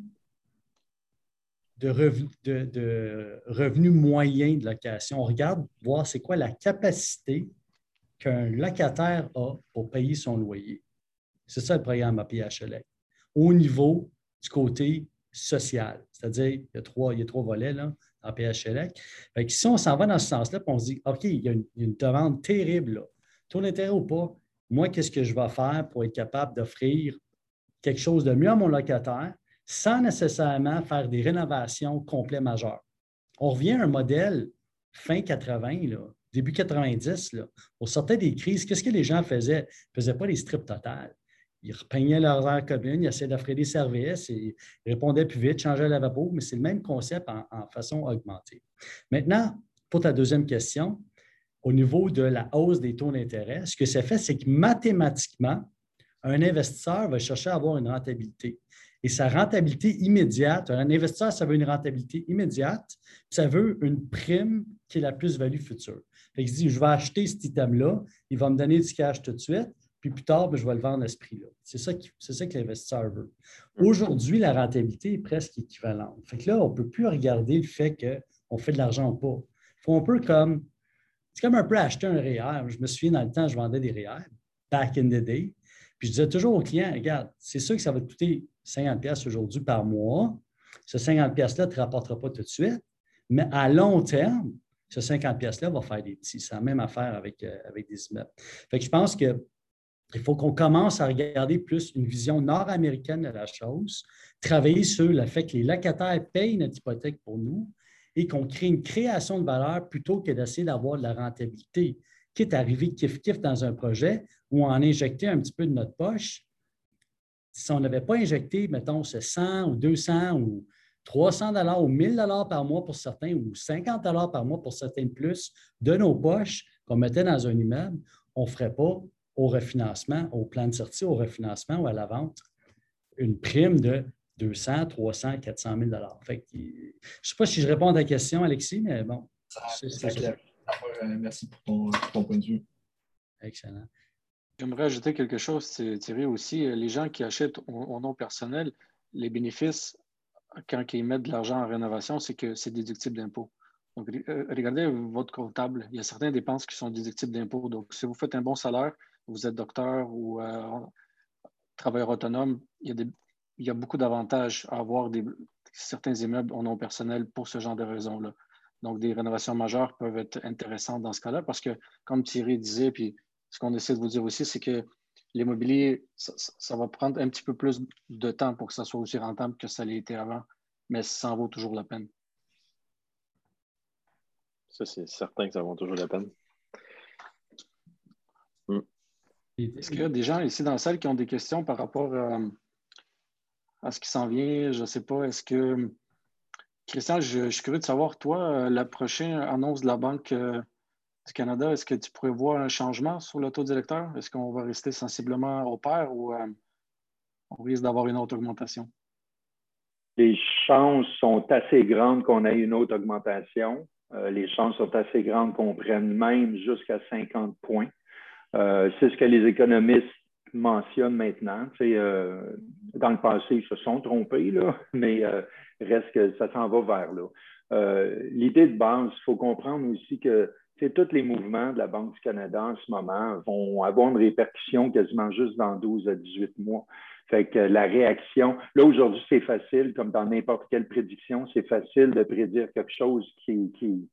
de revenus moyens de location. On regarde voir c'est quoi la capacité qu'un locataire a pour payer son loyer. C'est ça le programme APH Select. Au niveau du côté social, c'est-à-dire il y a trois volets là, en APH Select. Fait que si on s'en va dans ce sens-là, puis on se dit, OK, il y a une demande terrible là, taux d'intérêt ou pas, moi, qu'est-ce que je vais faire pour être capable d'offrir quelque chose de mieux à mon locataire sans nécessairement faire des rénovations complètes majeures? On revient à un modèle fin 80, là, début 90. Là. On sortait des crises. Qu'est-ce que les gens faisaient? Ils ne faisaient pas des strips totales. Ils repeignaient leurs aires communes, ils essayaient d'offrir des services, ils répondaient plus vite, changeaient le lavabo, mais c'est le même concept en façon augmentée. Maintenant, pour ta deuxième question, au niveau de la hausse des taux d'intérêt, ce que ça fait, c'est que mathématiquement, un investisseur va chercher à avoir une rentabilité. Et sa rentabilité immédiate, un investisseur, ça veut une rentabilité immédiate, puis ça veut une prime qui est la plus-value future. Fait qu'il se dit, je vais acheter cet item-là, il va me donner du cash tout de suite, puis plus tard, je vais le vendre à ce prix-là. C'est ça que l'investisseur veut. Aujourd'hui, la rentabilité est presque équivalente. Fait que là, on ne peut plus regarder le fait qu'on fait de l'argent ou pas. C'est comme un peu acheter un REER. Je me souviens, dans le temps, je vendais des REER, back in the day. Puis je disais toujours aux clients, regarde, c'est sûr que ça va te coûter 50$ aujourd'hui par mois. Ce 50$-là ne te rapportera pas tout de suite, mais à long terme, ce 50$-là va faire des petits. C'est la même affaire avec des immeubles. Fait que je pense qu'il faut qu'on commence à regarder plus une vision nord-américaine de la chose, travailler sur le fait que les locataires payent notre hypothèque pour nous et qu'on crée une création de valeur plutôt que d'essayer d'avoir de la rentabilité. Quitte à arriver kiff-kiff dans un projet ou en injecter un petit peu de notre poche, si on n'avait pas injecté, mettons, ce 100 ou 200 ou 300 $ ou 1000 $ par mois pour certains ou 50 $ par mois pour certains de plus de nos poches qu'on mettait dans un immeuble, on ne ferait pas au refinancement, au plan de sortie, au refinancement ou à la vente, une prime de 200, 300, 400 000 $. Fait que, je ne sais pas si je réponds à ta question, Alexis, mais bon. C'est ça. Merci pour ton point de vue. Excellent. J'aimerais ajouter quelque chose, Thierry, aussi. Les gens qui achètent au nom personnel, les bénéfices, quand ils mettent de l'argent en rénovation, c'est que c'est déductible d'impôt. Donc, regardez votre comptable. Il y a certaines dépenses qui sont déductibles d'impôt. Donc, si vous faites un bon salaire, vous êtes docteur ou travailleur autonome, il y a beaucoup d'avantages à avoir certains immeubles au nom personnel pour ce genre de raisons-là. Donc, des rénovations majeures peuvent être intéressantes dans ce cas-là parce que, comme Thierry disait, puis ce qu'on essaie de vous dire aussi, c'est que l'immobilier, ça va prendre un petit peu plus de temps pour que ça soit aussi rentable que ça l'ait été avant, mais ça en vaut toujours la peine. Ça, c'est certain que ça vaut toujours la peine. Est-ce qu'il y a des gens ici dans la salle qui ont des questions par rapport à ce qui s'en vient? Je ne sais pas. Est-ce que, Christian, je suis curieux de savoir, toi, la prochaine annonce de la Banque du Canada, est-ce que tu pourrais voir un changement sur le taux directeur? Est-ce qu'on va rester sensiblement au pair ou on risque d'avoir une autre augmentation? Les chances sont assez grandes qu'on ait une autre augmentation. Les chances sont assez grandes qu'on prenne même jusqu'à 50 points. C'est ce que les économistes mentionnent maintenant. Dans le passé, ils se sont trompés, là, mais reste que ça s'en va vers là. L'idée de base, il faut comprendre aussi que tous les mouvements de la Banque du Canada en ce moment vont avoir une répercussion quasiment juste dans 12 à 18 mois. Fait que la réaction, là aujourd'hui, c'est facile, comme dans n'importe quelle prédiction, c'est facile de prédire quelque chose qui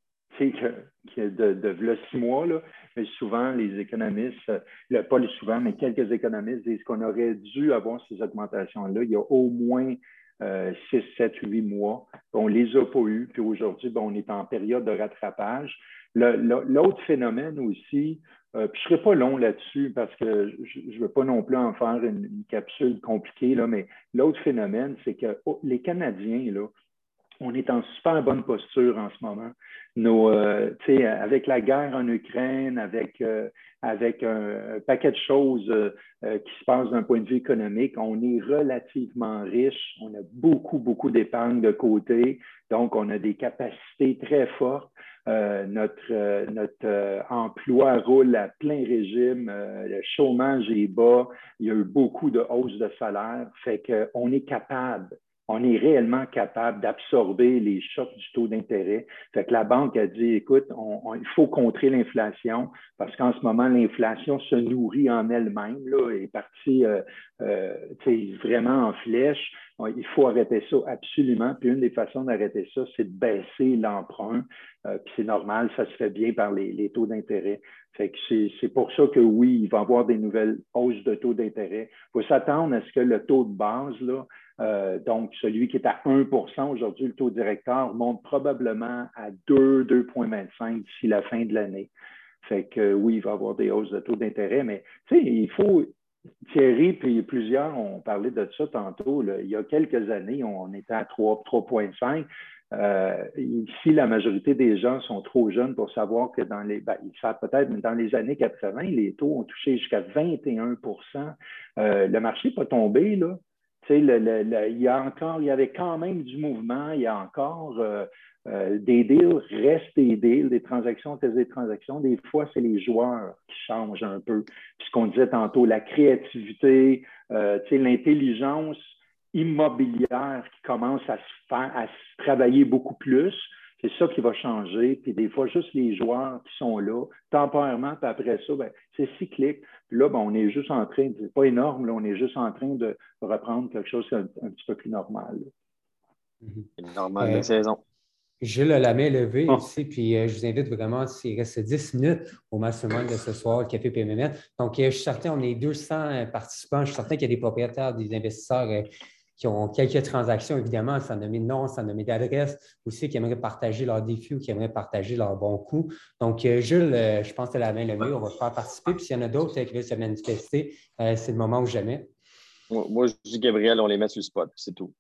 de 6 mois, là, mais souvent, les économistes, pas souvent, mais quelques économistes disent qu'on aurait dû avoir ces augmentations-là il y a au moins 6, 7, 8 mois. On ne les a pas eues, puis aujourd'hui, on est en période de rattrapage. L'autre phénomène aussi, puis je ne serai pas long là-dessus parce que je ne veux pas non plus en faire une capsule compliquée, là, mais l'autre phénomène, c'est que les Canadiens, là, on est en super bonne posture en ce moment. Avec la guerre en Ukraine, avec un paquet de choses qui se passent d'un point de vue économique, on est relativement riche. On a beaucoup, beaucoup d'épargne de côté. Donc, on a des capacités très fortes. Notre emploi roule à plein régime. Le chômage est bas. Il y a eu beaucoup de hausses de salaire. Fait qu'on est capable. On est réellement capable d'absorber les chocs du taux d'intérêt. Fait que la banque a dit, écoute, il faut contrer l'inflation parce qu'en ce moment, l'inflation se nourrit en elle-même, là, est partie vraiment en flèche. Il faut arrêter ça absolument. Puis une des façons d'arrêter ça, c'est de baisser l'emprunt. Puis c'est normal, ça se fait bien par les taux d'intérêt. Fait que c'est pour ça que oui, il va y avoir des nouvelles hausses de taux d'intérêt. Il faut s'attendre à ce que le taux de base, là, donc celui qui est à 1 % aujourd'hui, le taux directeur, monte probablement à 2,25 d'ici la fin de l'année. Fait que oui, il va y avoir des hausses de taux d'intérêt, mais tu sais, il faut. Thierry puis plusieurs ont parlé de ça tantôt. Là. Il y a quelques années, on était à 3,5. Ici, la majorité des gens sont trop jeunes pour savoir que ils savent peut-être, mais dans les années 80, les taux ont touché jusqu'à 21 %. Le marché n'est pas tombé, là. Il y avait quand même du mouvement, il y a encore des deals, restent des deals, des transactions, des transactions. Des fois, c'est les joueurs qui changent un peu. Puis ce qu'on disait tantôt, la créativité, l'intelligence immobilière qui commence à se travailler beaucoup plus. C'est ça qui va changer. Puis des fois, juste les joueurs qui sont là, temporairement, puis après ça, c'est cyclique. Puis là, on est juste en train, c'est pas énorme, là, on est juste en train de reprendre quelque chose un petit peu plus normal. C'est normal de saison. J'ai la main levée ici, puis je vous invite vraiment, s'il reste 10 minutes au mastermind de ce soir, le Café PMML. Donc, je suis certain, on est 200 participants. Je suis certain qu'il y a des propriétaires, des investisseurs qui ont quelques transactions, évidemment, sans nommer de nom, sans nommer d'adresse, aussi qui aimeraient partager leurs défis ou qui aimeraient partager leurs bons coups. Donc, Jules, je pense que tu as la main le mieux. On va te faire participer. Puis s'il y en a d'autres qui veulent se manifester, c'est le moment ou jamais. Moi, je dis Gabriel, on les met sur le spot, c'est tout.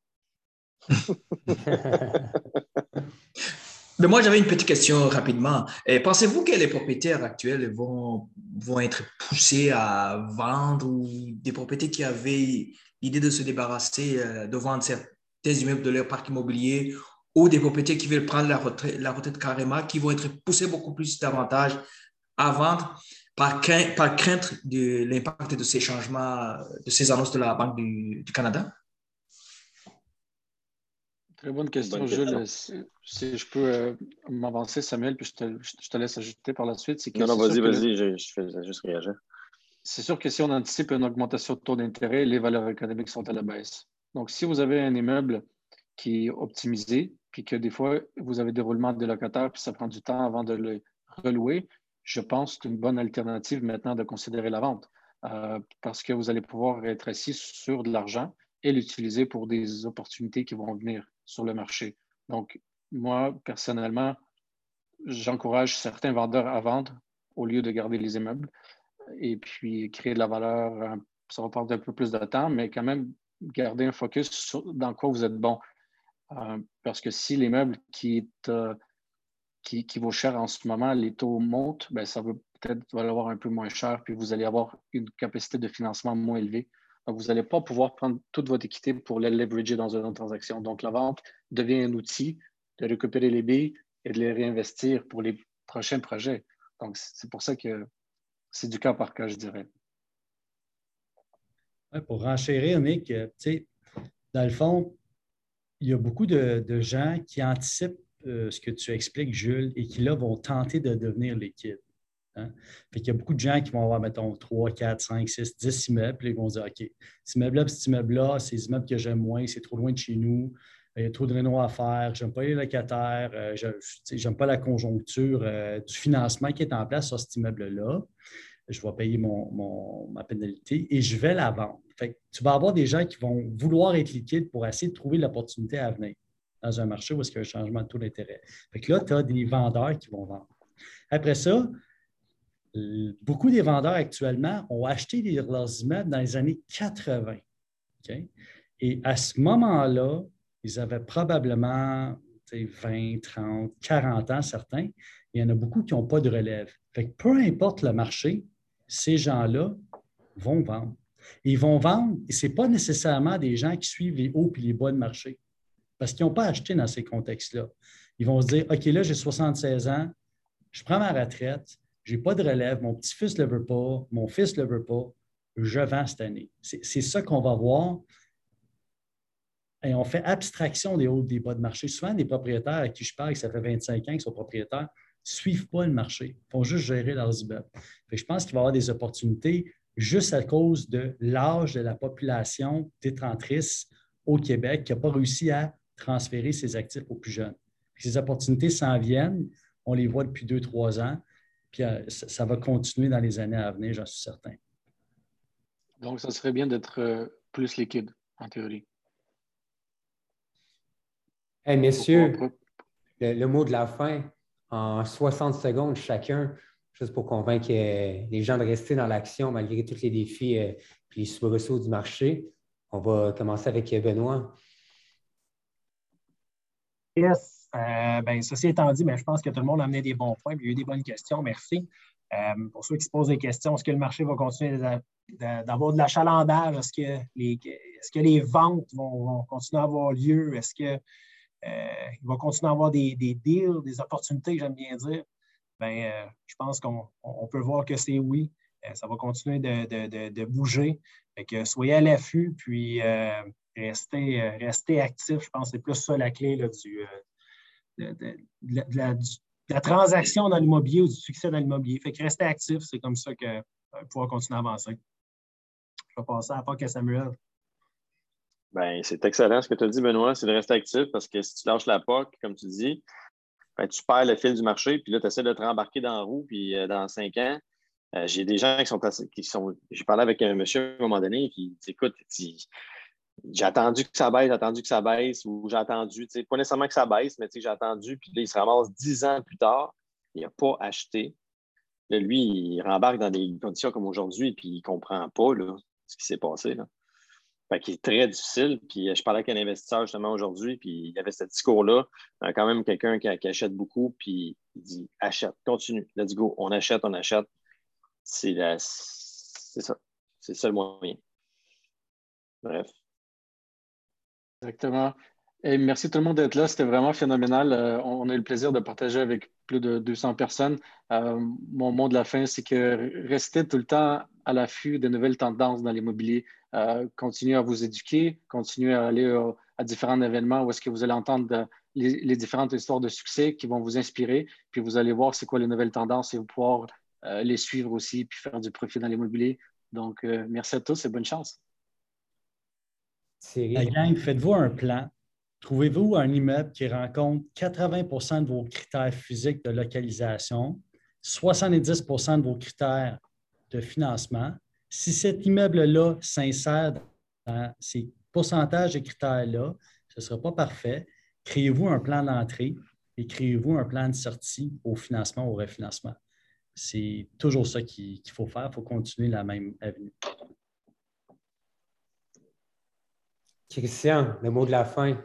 Mais moi, j'avais une petite question rapidement. Pensez-vous que les propriétaires actuels vont être poussés à vendre ou des propriétaires qui avaient l'idée de se débarrasser, de vendre certains immeubles de leur parc immobilier ou des propriétaires qui veulent prendre la retraite carrément, qui vont être poussés beaucoup plus davantage à vendre par crainte de l'impact de ces changements, de ces annonces de la Banque du Canada? Très bonne question, Jules. Si je peux m'avancer, Samuel, puis je te laisse ajouter par la suite. Non, vas-y, je fais juste réagir. C'est sûr que si on anticipe une augmentation de taux d'intérêt, les valeurs économiques sont à la baisse. Donc, si vous avez un immeuble qui est optimisé, puis que des fois, vous avez des roulements de locataires, puis ça prend du temps avant de le relouer, je pense que c'est une bonne alternative maintenant de considérer la vente parce que vous allez pouvoir être assis sur de l'argent et l'utiliser pour des opportunités qui vont venir sur le marché. Donc, moi, personnellement, j'encourage certains vendeurs à vendre au lieu de garder les immeubles et puis créer de la valeur. Ça va prendre un peu plus de temps, mais quand même garder un focus sur dans quoi vous êtes bon. Parce que si l'immeuble qui vaut cher en ce moment, les taux montent, bien, ça va peut-être valoir un peu moins cher, puis vous allez avoir une capacité de financement moins élevée. Donc, vous n'allez pas pouvoir prendre toute votre équité pour le leverager dans une autre transaction. Donc, la vente devient un outil de récupérer les billes et de les réinvestir pour les prochains projets. Donc, c'est pour ça que c'est du cas par cas, je dirais. Ouais, pour renchérir, Nick, dans le fond, il y a beaucoup de gens qui anticipent ce que tu expliques, Jules, et qui, là, vont tenter de devenir liquides. Hein? Fait qu'il y a beaucoup de gens qui vont avoir, mettons, 3, 4, 5, 6, 10 immeubles, puis ils vont se dire, OK, cet immeuble-là, cet immeuble-là, c'est des immeubles que j'aime moins, c'est trop loin de chez nous, il y a trop de réno à faire, j'aime pas les locataires, j'aime pas la conjoncture du financement qui est en place sur cet immeuble-là. Je vais payer ma pénalité et je vais la vendre. Fait que tu vas avoir des gens qui vont vouloir être liquides pour essayer de trouver l'opportunité à venir dans un marché où il y a un changement de taux d'intérêt. Fait que là, tu as des vendeurs qui vont vendre. Après ça, beaucoup des vendeurs actuellement ont acheté leurs immeubles dans les années 80. Okay? Et à ce moment-là, ils avaient probablement 20, 30, 40 ans, certains. Il y en a beaucoup qui n'ont pas de relève. Fait que peu importe le marché, ces gens-là vont vendre. Et ils vont vendre, et ce n'est pas nécessairement des gens qui suivent les hauts et les bas de marché, parce qu'ils n'ont pas acheté dans ces contextes-là. Ils vont se dire, OK, là, j'ai 76 ans, je prends ma retraite, je n'ai pas de relève, mon petit-fils ne le veut pas, mon fils ne le veut pas, je vends cette année. C'est ça qu'on va voir. Et on fait abstraction des hauts et des bas de marché. Souvent, des propriétaires à qui je parle, que ça fait 25 ans qu'ils sont propriétaires, ne suivent pas le marché. Ils font juste gérer leurs immeubles. Je pense qu'il va y avoir des opportunités juste à cause de l'âge de la population détentrice au Québec qui n'a pas réussi à transférer ses actifs aux plus jeunes. Ces opportunités s'en viennent. On les voit depuis 2-3 ans. Puis ça va continuer dans les années à venir, j'en suis certain. Donc, ça serait bien d'être plus liquide, en théorie. Hey, messieurs, le mot de la fin, en 60 secondes chacun, juste pour convaincre les gens de rester dans l'action malgré tous les défis et les soubresauts du marché. On va commencer avec Benoît. Yes. Ceci étant dit, je pense que tout le monde a amené des bons points. Il y a eu des bonnes questions. Merci. Pour ceux qui se posent des questions, est-ce que le marché va continuer d'avoir de l'achalandage? Est-ce que les ventes vont continuer à avoir lieu? Est-ce qu'il va continuer à avoir des deals, des opportunités, j'aime bien dire? Je pense qu'on peut voir que c'est oui. Ça va continuer de bouger. Fait que soyez à l'affût, puis restez actifs. Je pense que c'est plus ça la clé là, de la transaction dans l'immobilier ou du succès dans l'immobilier. Fait que restez actifs, c'est comme ça que pouvoir continuer à avancer. Je vais passer à la part à Samuel. C'est excellent ce que tu as dit, Benoît, c'est de rester actif parce que si tu lâches la POC, comme tu dis, tu perds le fil du marché, puis là, tu essaies de te rembarquer dans la roue, puis dans 5 ans, j'ai des gens qui sont. J'ai parlé avec un monsieur à un moment donné qui dit écoute, J'ai attendu que ça baisse, ou j'ai attendu, pas nécessairement que ça baisse, mais j'ai attendu, puis là, il se ramasse 10 ans plus tard, il n'a pas acheté. Là, lui, il rembarque dans des conditions comme aujourd'hui, puis il ne comprend pas là, ce qui s'est passé. Là. Fait qu'il est très difficile. Puis je parlais avec un investisseur justement aujourd'hui, puis il y avait ce discours-là. Quand même quelqu'un qui achète beaucoup, puis il dit achète, continue, let's go, on achète. C'est ça. C'est ça le moyen. Bref. Exactement. Et merci tout le monde d'être là. C'était vraiment phénoménal. On a eu le plaisir de partager avec plus de 200 personnes. Mon mot de la fin, c'est que restez tout le temps à l'affût de nouvelles tendances dans l'immobilier. Continuez à vous éduquer, continuez à aller à différents événements où est-ce que vous allez entendre les différentes histoires de succès qui vont vous inspirer. Puis vous allez voir c'est quoi les nouvelles tendances et vous pouvoir les suivre aussi puis faire du profit dans l'immobilier. Donc, merci à tous et bonne chance. La gang, faites-vous un plan. Trouvez-vous un immeuble qui rencontre 80 de vos critères physiques de localisation, 70 de vos critères de financement. Si cet immeuble-là s'insère dans ces pourcentages de critères-là, ce ne sera pas parfait. Créez-vous un plan d'entrée et créez-vous un plan de sortie au financement, au refinancement. C'est toujours ça qu'il faut faire. Il faut continuer la même avenue. Christian, le mot de la fin.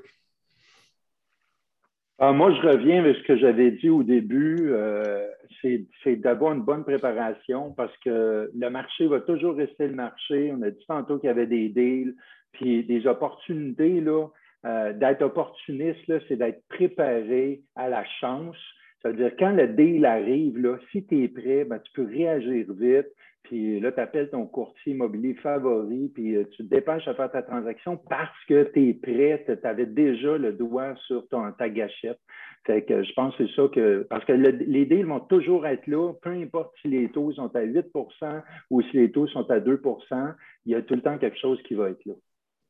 Moi, je reviens avec ce que j'avais dit au début. C'est d'avoir une bonne préparation parce que le marché va toujours rester le marché. On a dit tantôt qu'il y avait des deals, puis des opportunités. D'être opportuniste, c'est d'être préparé à la chance. Ça veut dire quand le deal arrive, si tu es prêt, tu peux réagir vite. Puis là, tu appelles ton courtier immobilier favori, puis tu te dépêches à faire ta transaction parce que tu es prêt, tu avais déjà le doigt sur ta gâchette. Fait que je pense que c'est ça parce que les deals vont toujours être là, peu importe si les taux sont à 8 ou si les taux sont à 2 il y a tout le temps quelque chose qui va être là.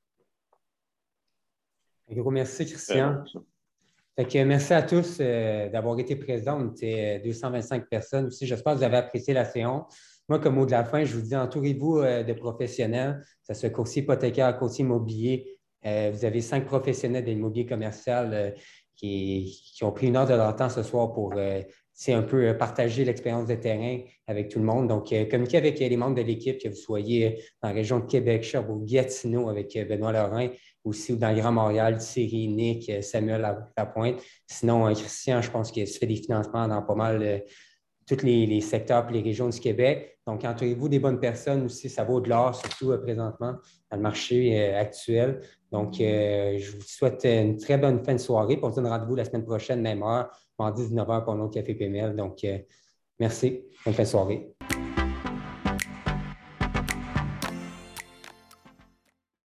Un gros merci, Christian. Fait que merci à tous d'avoir été présents. On était 225 personnes aussi. J'espère que vous avez apprécié la séance. Moi, comme mot de la fin, je vous dis, entourez-vous de professionnels, que ce soit courtier hypothécaire, courtier immobilier. Vous avez 5 professionnels de l'immobilier commercial qui ont pris 1 heure de leur temps ce soir pour un peu partager l'expérience de terrain avec tout le monde. Donc, communiquez avec les membres de l'équipe, que vous soyez dans la région de Québec, Sherbrooke, Gatineau avec Benoît Lorrain, aussi dans le Grand Montréal, Thierry, Nick, Samuel Lapointe. Sinon, Christian, je pense qu'il se fait des financements dans pas mal tous les secteurs et les régions du Québec. Donc, entourez-vous des bonnes personnes aussi. Ça vaut de l'or, surtout présentement, dans le marché actuel. Donc, je vous souhaite une très bonne fin de soirée. On se donne rendez-vous la semaine prochaine, même heure, mardi 19h pour un autre Café PML. Donc, merci. Bonne fin de soirée.